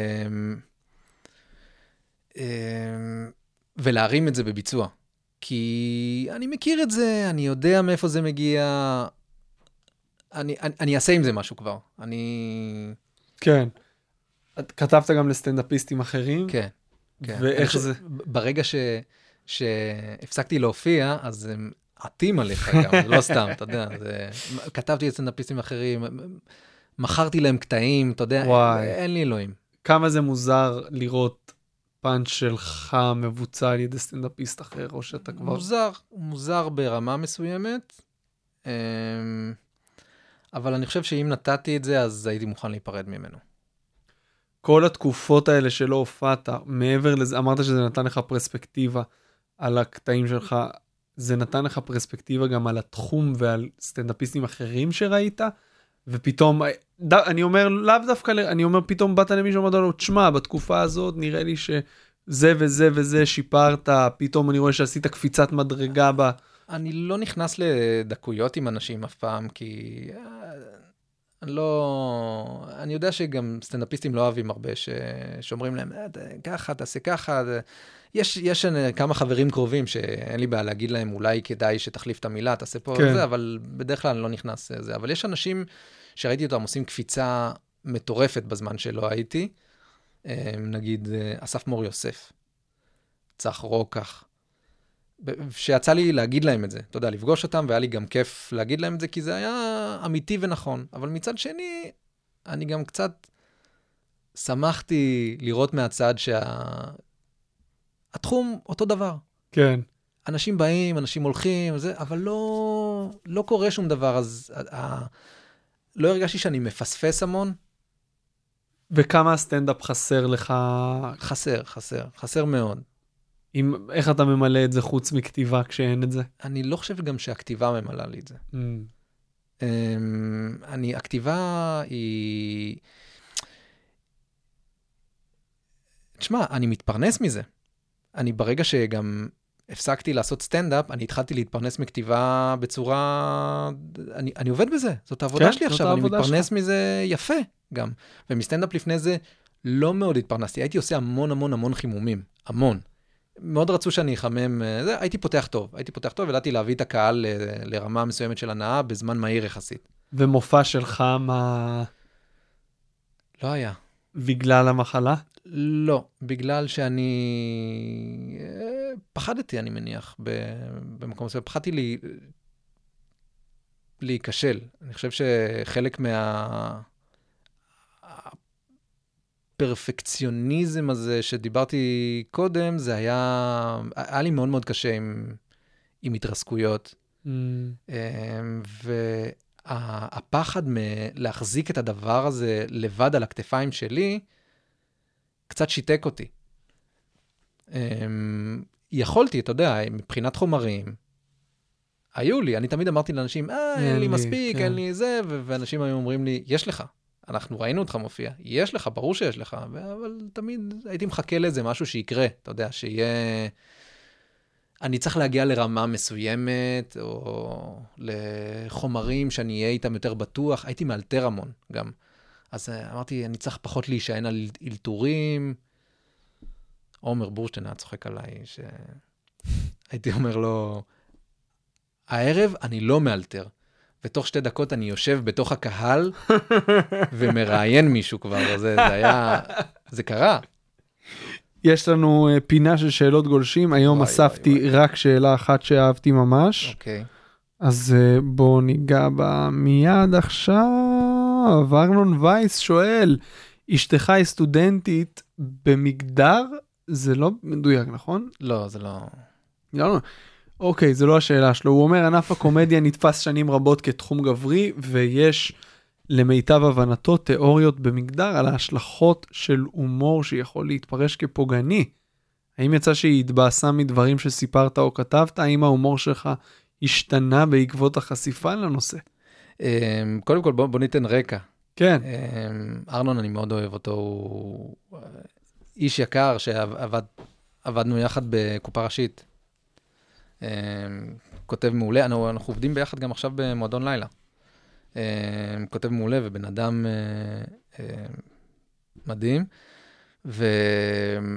ולהרים את זה בביצוע. כי אני מכיר את זה, אני יודע מאיפה זה מגיע, אני, אני, אני אעשה עם זה משהו כבר. אני... כן. את כתבת גם לסטנדאפיסטים אחרים? כן. כן. ואיך זה? ברגע ש... שהפסקתי להופיע, אז הם עטים עליך גם, לא סתם, אתה יודע. זה... כתבתי לסטנדאפיסטים אחרים, מכרתי להם קטעים, אתה יודע, וואי. אין לי אלוהים. כמה זה מוזר לראות פאנץ' שלך מבוצע על ידי סטנדאפיסט אחר, או שאתה כבר... מוזר, מוזר ברמה מסוימת, אבל אני חושב שאם נתתי את זה, אז הייתי מוכן להיפרד ממנו. כל התקופות האלה שלא הופעת, מעבר לזה, אמרת שזה נתן לך פרספקטיבה על הקטעים שלך, זה נתן לך פרספקטיבה גם על התחום ועל סטנדאפיסטים אחרים שראית, ופתאום, אני אומר, לאו דווקא, אני אומר, פתאום באת למישהו ואומר לו, תשמע, בתקופה הזאת נראה לי שזה וזה וזה שיפרת, פתאום אני רואה שעשית קפיצת מדרגה בה. אני לא נכנס לדקויות עם אנשים אף פעם, כי אני לא, אני יודע שגם סטנדאפיסטים לא אוהבים הרבה, שאומרים להם, ככה, תעשה ככה, יש, יש כמה חברים קרובים שאין לי בעיה להגיד להם, אולי כדאי שתחליף את המילה, תעשה פה כן. זה, אבל בדרך כלל אני לא נכנס לזה. אבל יש אנשים שראיתי אותם עושים קפיצה מטורפת בזמן שלא הייתי, נגיד אסף מור יוסף, צח רוקח, שיצא לי להגיד להם את זה, אתה יודע, לפגוש אותם, והיה לי גם כיף להגיד להם את זה, כי זה היה אמיתי ונכון. אבל מצד שני, אני גם קצת שמחתי לראות מהצד שה... התחום אותו דבר. כן. אנשים באים, אנשים הולכים, זה, אבל לא, לא קורה שום דבר, אז ה, לא הרגשתי שאני מפספס המון. וכמה הסטנדאפ חסר לך? חסר, חסר, חסר מאוד. עם, איך אתה ממלא את זה חוץ מכתיבה כשאין את זה? אני לא חושב גם שהכתיבה ממלאה לי את זה. Mm. Um, אני, הכתיבה היא... תשמע, אני מתפרנס מזה. אני ברגע שגם הפסקתי לעשות סטנדאפ, אני התחלתי להתפרנס מכתיבה בצורה... אני, אני עובד בזה, זאת העבודה כן, שלי עכשיו, אני מתפרנס שלה. מזה יפה גם. ומסטנדאפ לפני זה לא מאוד התפרנסתי, הייתי עושה המון המון המון חימומים, המון. מאוד רצו שאני אחמם, זה, הייתי פותח טוב, הייתי פותח טוב, ולהתי להביא את הקהל ל, לרמה מסוימת של הנאה, בזמן מהיר יחסית. ומופע שלך מה... לא היה. בגלל המחלה? לא, בגלל שאני פחדתי, אני מניח, במקום הזה. פחדתי לי להיכשל. אני חושב שחלק מה... הפרפקציוניזם הזה שדיברתי קודם, זה היה... היה לי מאוד מאוד קשה עם, עם התרסקויות. Mm. והפחד מלהחזיק את הדבר הזה לבד על הכתפיים שלי, קצת שיתק אותי. יכולתי, אתה יודע, מבחינת חומרים, היו לי, אני תמיד אמרתי לאנשים, אה, אין לי מספיק, אין לי זה, ואנשים היו אומרים לי, יש לך, אנחנו ראינו אותך מופיע, יש לך, ברור שיש לך, אבל תמיד הייתי מחכה לזה משהו שיקרה, אתה יודע, שיהיה... אני צריך להגיע לרמה מסוימת, או לחומרים שאני אהיה איתם יותר בטוח, הייתי מאלתר המון גם. אז אמרתי, אני צריך פחות להישען על אילתורים. עומר בורשטיין היה צוחק עליי, ש... הייתי אומר לו, הערב אני לא מאלתר, ותוך שתי דקות אני יושב בתוך הקהל, ומראיין מישהו כבר, זה, זה היה, זה קרה. יש לנו פינה של שאלות גולשים, היום וואי, אספתי וואי, וואי. רק שאלה אחת שאהבתי ממש, אוקיי. אז בואו ניגע בה מיד עכשיו. ארנון וייס שואל, אשתך היא סטודנטית במגדר? זה לא מדויק, נכון? לא, זה לא... לא, לא. אוקיי, זה לא השאלה שלו. הוא אומר, ענף הקומדיה נתפס שנים רבות כתחום גברי, ויש למיטב הבנתו תיאוריות במגדר על ההשלכות של הומור שיכול להתפרש כפוגעני. האם יצא שהיא התבאסה מדברים שסיפרת או כתבת? האם ההומור שלך השתנה בעקבות החשיפה לנושא? קודם כל, בוא, בוא ניתן רקע. כן. ארנון, אני מאוד אוהב אותו, הוא איש יקר שעבדנו יחד בקופה ראשית. כותב מעולה, אנחנו, אנחנו עובדים ביחד גם עכשיו במועדון לילה. כותב מעולה ובן אדם מדהים, והם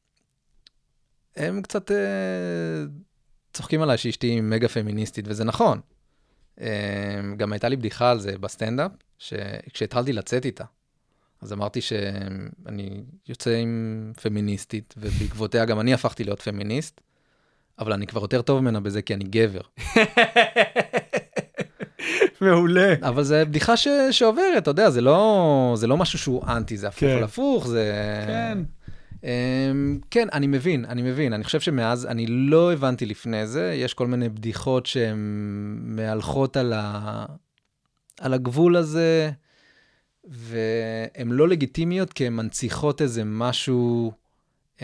קצת צוחקים עליי שאשתי היא מגה פמיניסטית, וזה נכון. גם הייתה לי בדיחה על זה בסטנדאפ, שכשהתחלתי לצאת איתה, אז אמרתי שאני יוצא עם פמיניסטית, ובעקבותיה גם אני הפכתי להיות פמיניסט, אבל אני כבר יותר טוב ממנה בזה, כי אני גבר. מעולה. אבל זה בדיחה ש... שעוברת, אתה יודע, זה לא, זה לא משהו שהוא אנטי, זה הפוך כן. על הפוך, זה... כן. Um, כן, אני מבין, אני מבין. אני חושב שמאז, אני לא הבנתי לפני זה, יש כל מיני בדיחות שהן מהלכות על, ה... על הגבול הזה, והן לא לגיטימיות, כי הן מנציחות איזה משהו um,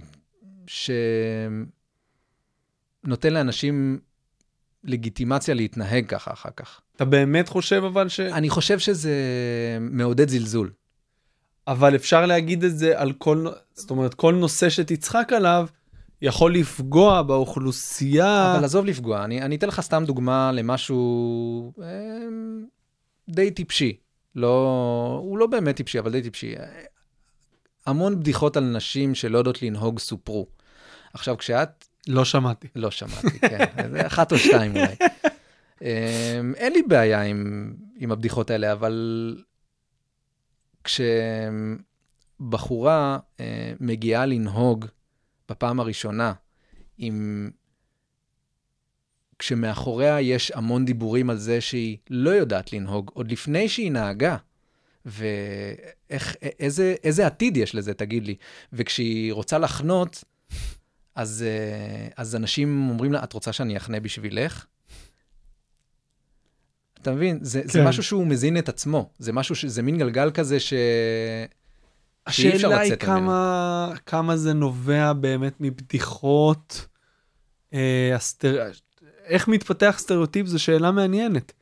שנותן לאנשים לגיטימציה להתנהג ככה אחר כך. אתה באמת חושב אבל ש... אני חושב שזה מעודד זלזול. אבל אפשר להגיד את זה על כל, זאת אומרת, כל נושא שתצחק עליו, יכול לפגוע באוכלוסייה. אבל עזוב לפגוע, אני, אני אתן לך סתם דוגמה למשהו אה, די טיפשי. לא, הוא לא באמת טיפשי, אבל די טיפשי. המון בדיחות על נשים שלא יודעות לנהוג סופרו. עכשיו, כשאת... לא שמעתי. לא שמעתי, כן. זה אחת או שתיים אולי. אה, אין לי בעיה עם, עם הבדיחות האלה, אבל... כשבחורה אה, מגיעה לנהוג בפעם הראשונה, עם... כשמאחוריה יש המון דיבורים על זה שהיא לא יודעת לנהוג, עוד לפני שהיא נהגה, ואיזה איזה עתיד יש לזה, תגיד לי. וכשהיא רוצה לחנות, אז, אה, אז אנשים אומרים לה, את רוצה שאני אחנה בשבילך? אתה מבין? זה, כן. זה משהו שהוא מזין את עצמו. זה משהו, ש... זה מין גלגל כזה ש... שאי אפשר לצאת ממנו. השאלה היא כמה, כמה זה נובע באמת מבדיחות. אה, הסטר... איך מתפתח סטריאוטיפ? זו שאלה מעניינת.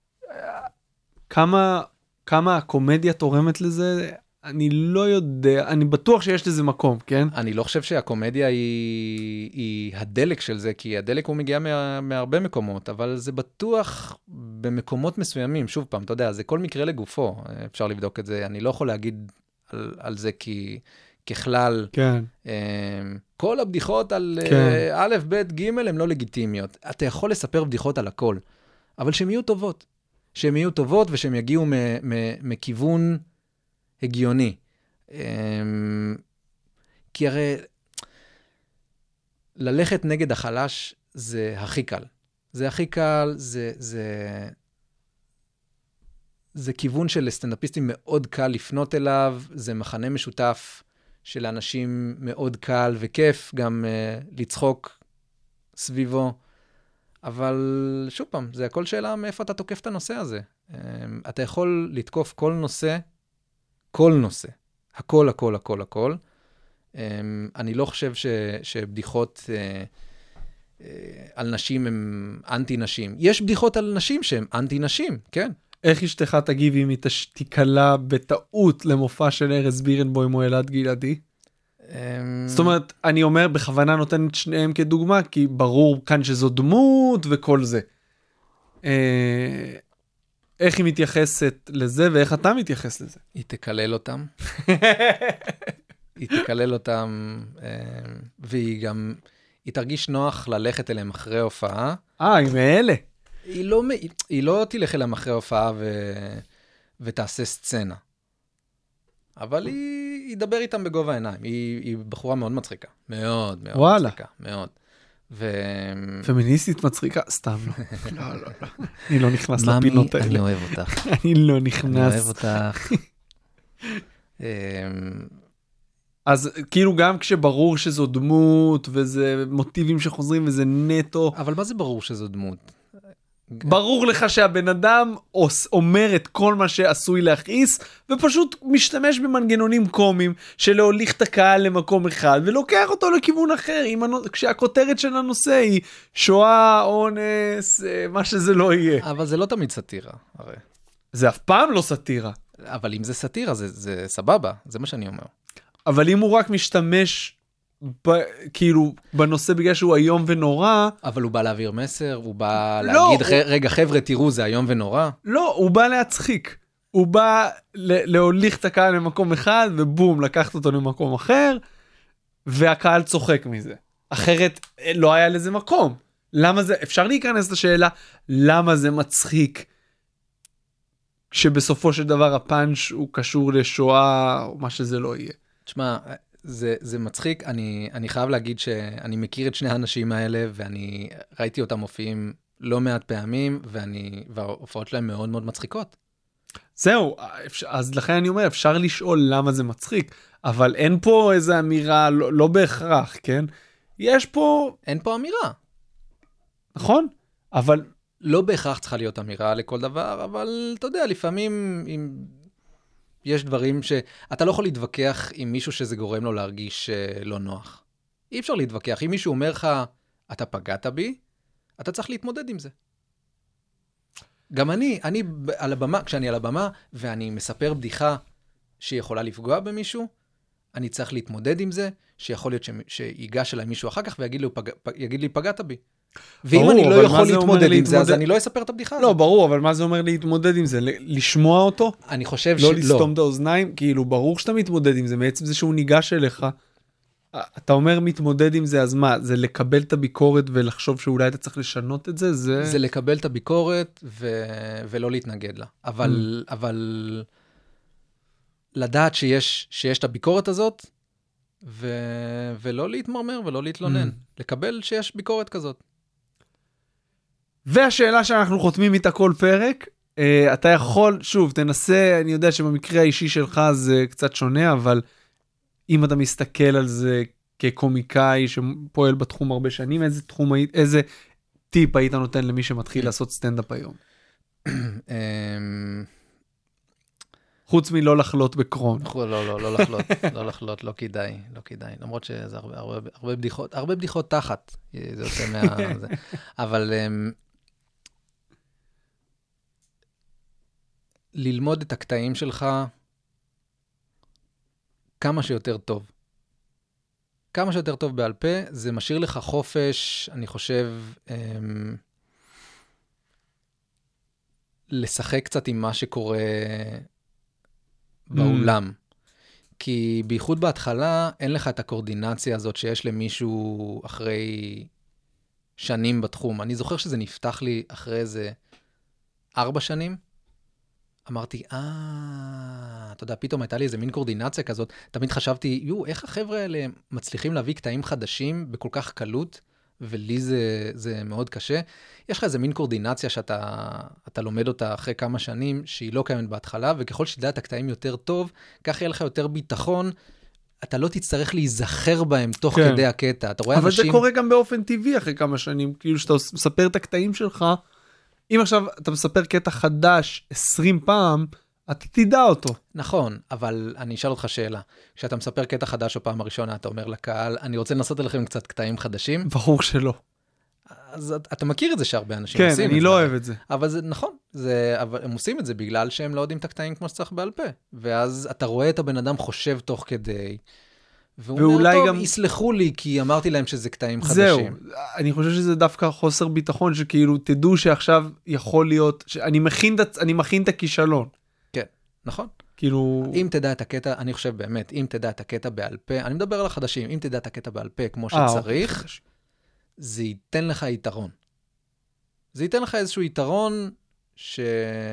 כמה, כמה הקומדיה תורמת לזה? אני לא יודע. אני בטוח שיש לזה מקום, כן? אני לא חושב שהקומדיה היא, היא הדלק של זה, כי הדלק הוא מגיע מה, מהרבה מקומות, אבל זה בטוח במקומות מסוימים. שוב פעם, אתה יודע, זה כל מקרה לגופו. אפשר לבדוק את זה. אני לא יכול להגיד על, על זה כי, ככלל. כן. כל הבדיחות על כן. א', ב', ג' הן לא לגיטימיות. אתה יכול לספר בדיחות על הכל, אבל שהן יהיו טובות. שהן יהיו טובות ושהן יגיעו מ, מ, מכיוון הגיוני. כי הרי ללכת נגד החלש זה הכי קל. זה הכי קל, זה, זה, זה כיוון של סטנדאפיסטים מאוד קל לפנות אליו, זה מחנה משותף של אנשים מאוד קל וכיף גם uh, לצחוק סביבו. אבל שוב פעם, זה הכל שאלה מאיפה אתה תוקף את הנושא הזה. Um, אתה יכול לתקוף כל נושא, כל נושא. הכל, הכל, הכל, הכל. Um, אני לא חושב ש, שבדיחות uh, uh, על נשים הם אנטי-נשים. יש בדיחות על נשים שהן אנטי-נשים, כן. איך אשתך תגיב אם היא תיקלה בטעות למופע של ארז בירנבוים או אלעד גלעדי? זאת אומרת, אני אומר, בכוונה נותן את שניהם כדוגמה, כי ברור כאן שזו דמות וכל זה. איך היא מתייחסת לזה ואיך אתה מתייחס לזה? היא תקלל אותם. היא תקלל אותם, והיא גם, היא תרגיש נוח ללכת אליהם אחרי הופעה. אה, היא מאלה. היא לא, היא לא תלך אליהם אחרי הופעה ו... ותעשה סצנה. אבל היא ידבר איתם בגובה העיניים. היא, היא בחורה מאוד מצחיקה. מאוד, מאוד וואלה. מצחיקה. מאוד. ו... פמיניסטית מצחיקה? סתם לא. לא, לא, לא. אני לא נכנס לפינות האלה. אני אוהב אותך. אני לא נכנס. אני אוהב אותך. אז כאילו גם כשברור שזו דמות, וזה מוטיבים שחוזרים, וזה נטו. אבל מה זה ברור שזו דמות? ברור לך שהבן אדם אומר את כל מה שעשוי להכעיס, ופשוט משתמש במנגנונים קומיים של להוליך את הקהל למקום אחד, ולוקח אותו לכיוון אחר, כשהכותרת של הנושא היא שואה, אונס, מה שזה לא יהיה. אבל זה לא תמיד סטירה, הרי. זה אף פעם לא סטירה. אבל אם זה סטירה, זה, זה סבבה, זה מה שאני אומר. אבל אם הוא רק משתמש ב, כאילו בנושא בגלל שהוא היום ונורא. אבל הוא בא להעביר מסר, הוא בא לא, להגיד, הוא... רגע חבר'ה תראו זה היום ונורא. לא, הוא בא להצחיק. הוא בא להוליך את הקהל למקום אחד ובום, לקחת אותו למקום אחר, והקהל צוחק מזה. אחרת לא היה לזה מקום. למה זה, אפשר להיכנס לשאלה, למה זה מצחיק, שבסופו של דבר הפאנץ' הוא קשור לשואה, או מה שזה לא יהיה. תשמע, זה, זה מצחיק, אני, אני חייב להגיד שאני מכיר את שני האנשים האלה, ואני ראיתי אותם מופיעים לא מעט פעמים, ואני, וההופעות שלהם מאוד מאוד מצחיקות. זהו, אז לכן אני אומר, אפשר לשאול למה זה מצחיק, אבל אין פה איזו אמירה, לא, לא בהכרח, כן? יש פה... אין פה אמירה. נכון, אבל... לא בהכרח צריכה להיות אמירה לכל דבר, אבל אתה יודע, לפעמים אם יש דברים שאתה לא יכול להתווכח עם מישהו שזה גורם לו להרגיש לא נוח. אי אפשר להתווכח. אם מישהו אומר לך, אתה פגעת בי, אתה צריך להתמודד עם זה. גם אני, אני על הבמה, כשאני על הבמה ואני מספר בדיחה שיכולה לפגוע במישהו, אני צריך להתמודד עם זה, שיכול להיות ש... שיגש אליי מישהו אחר כך ויגיד לי, פג... יגיד לי פגעת בי. ואם ברור, אני לא יכול להתמודד עם להתמודד... זה, אז אני לא אספר את הבדיחה לא, הזאת. ברור, אבל מה זה אומר להתמודד עם זה? לשמוע אותו? אני חושב לא שלא. לא לסתום את האוזניים? כאילו, ברור שאתה מתמודד עם זה, מעצם זה שהוא ניגש אליך. אתה אומר מתמודד עם זה, אז מה? זה לקבל את הביקורת ולחשוב שאולי אתה צריך לשנות את זה? זה, זה לקבל את הביקורת ו... ולא להתנגד לה. אבל, mm. אבל לדעת שיש, שיש את הביקורת הזאת, ו... ולא להתמרמר ולא להתלונן. Mm. לקבל שיש ביקורת כזאת. והשאלה שאנחנו חותמים איתה כל פרק, uh, אתה יכול, שוב, תנסה, אני יודע שבמקרה האישי שלך זה קצת שונה, אבל אם אתה מסתכל על זה כקומיקאי שפועל בתחום הרבה שנים, איזה תחום, איזה טיפ היית נותן למי שמתחיל לעשות סטנדאפ היום? חוץ מלא לחלות בקרון. לא, לא, לא לחלות, לא לחלות, לא כדאי, לא כדאי. למרות שזה הרבה, הרבה, הרבה בדיחות, הרבה בדיחות תחת, זה יוצא מה... אבל ללמוד את הקטעים שלך כמה שיותר טוב. כמה שיותר טוב בעל פה, זה משאיר לך חופש, אני חושב, אמ, לשחק קצת עם מה שקורה באולם. Mm. כי בייחוד בהתחלה, אין לך את הקורדינציה הזאת שיש למישהו אחרי שנים בתחום. אני זוכר שזה נפתח לי אחרי איזה ארבע שנים, אמרתי, אה, אתה יודע, פתאום הייתה לי איזה מין קורדינציה כזאת, תמיד חשבתי, יו, איך החבר'ה האלה מצליחים להביא קטעים חדשים בכל כך קלות, ולי זה, זה מאוד קשה. יש לך איזה מין קורדינציה שאתה אתה לומד אותה אחרי כמה שנים, שהיא לא קיימת בהתחלה, וככל שתדע את הקטעים יותר טוב, כך יהיה לך יותר ביטחון, אתה לא תצטרך להיזכר בהם תוך כן. כדי הקטע. אתה רואה אבל אנשים... זה קורה גם באופן טבעי אחרי כמה שנים, כאילו שאתה מספר את הקטעים שלך, אם עכשיו אתה מספר קטע חדש עשרים פעם, אתה תדע אותו. נכון, אבל אני אשאל אותך שאלה. כשאתה מספר קטע חדש או פעם הראשונה, אתה אומר לקהל, אני רוצה לנסות עליכם קצת קטעים חדשים. ברור שלא. אז אתה מכיר את זה שהרבה אנשים כן, עושים את זה. כן, אני לא אוהב את זה. אבל זה נכון, זה, אבל הם עושים את זה בגלל שהם לא יודעים את הקטעים כמו שצריך בעל פה. ואז אתה רואה את הבן אדם חושב תוך כדי, והוא אומר, טוב, גם... יסלחו לי, כי אמרתי להם שזה קטעים חדשים. זהו, אני חושב שזה דווקא חוסר ביטחון, שכאילו תדעו שעכשיו יכול להיות, שאני מכין, אני מכין את הכישלון. כן, נכון. כאילו... אם תדע את הקטע, אני חושב באמת, אם תדע את הקטע בעל פה, אני מדבר על החדשים, אם תדע את הקטע בעל פה כמו שצריך, זה ייתן לך יתרון. זה ייתן לך איזשהו יתרון שאתה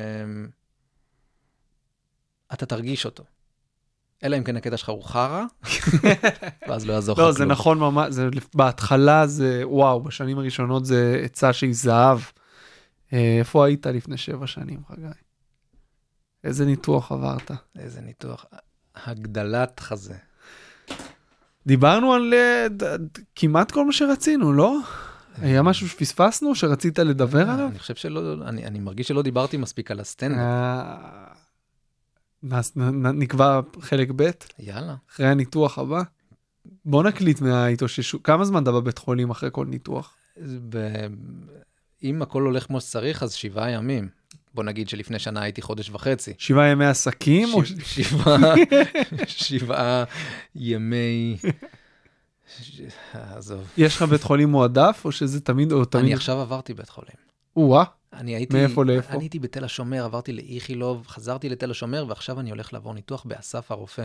תרגיש אותו. אלא אם כן הקטע שלך הוא חרה, ואז לא יעזור לך כלום. לא, זה נכון ממש, זה, בהתחלה זה, וואו, בשנים הראשונות זה עצה שהיא זהב. איפה היית לפני שבע שנים, חגי? איזה ניתוח עברת? איזה ניתוח? הגדלת חזה. דיברנו על כמעט כל מה שרצינו, לא? היה משהו שפספסנו, שרצית לדבר עליו? אני חושב שלא, אני, אני מרגיש שלא דיברתי מספיק על הסטנדאפ. נקבע חלק ב' יאללה. אחרי הניתוח הבא. בוא נקליט מההתאוששות. כמה זמן אתה בבית חולים אחרי כל ניתוח? אם הכל הולך כמו שצריך, אז שבעה ימים. בוא נגיד שלפני שנה הייתי חודש וחצי. שבעה ימי עסקים? שבעה ימי... עזוב. יש לך בית חולים מועדף, או שזה תמיד... אני עכשיו עברתי בית חולים. או-אה. הייתי, מאיפה לאיפה? אני הייתי בתל השומר, עברתי לאיכילוב, חזרתי לתל השומר, ועכשיו אני הולך לעבור ניתוח באסף הרופא.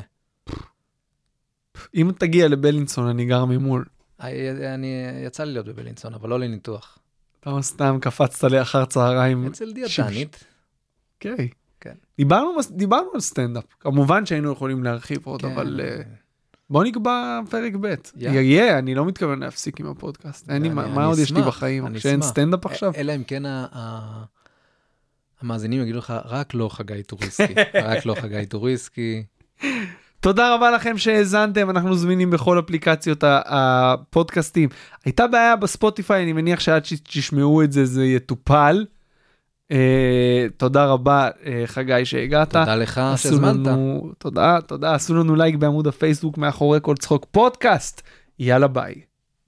אם תגיע לבלינסון, אני גר ממול. אני יצא לי להיות בבלינסון, אבל לא לניתוח. אתה סתם קפצת לי אחר צהריים. אצל דיאטנית. אוקיי. דיברנו, דיברנו על סטנדאפ. כמובן שהיינו יכולים להרחיב עוד, אבל בוא נקבע פרק ב'. יהיה, אני לא מתכוון להפסיק עם הפודקאסט. מה עוד יש לי בחיים? שאין סטנדאפ עכשיו? אלא אם כן המאזינים יגידו לך, רק לא חגי טוריסקי. רק לא חגי טוריסקי. תודה רבה לכם שהאזנתם, אנחנו זמינים בכל אפליקציות הפודקאסטים. הייתה בעיה בספוטיפיי, אני מניח שעד שתשמעו את זה, זה יטופל. תודה רבה חגי שהגעת. תודה לך שהזמנת. תודה, תודה. עשו לנו לייק בעמוד הפייסבוק מאחורי כל צחוק פודקאסט. יאללה ביי.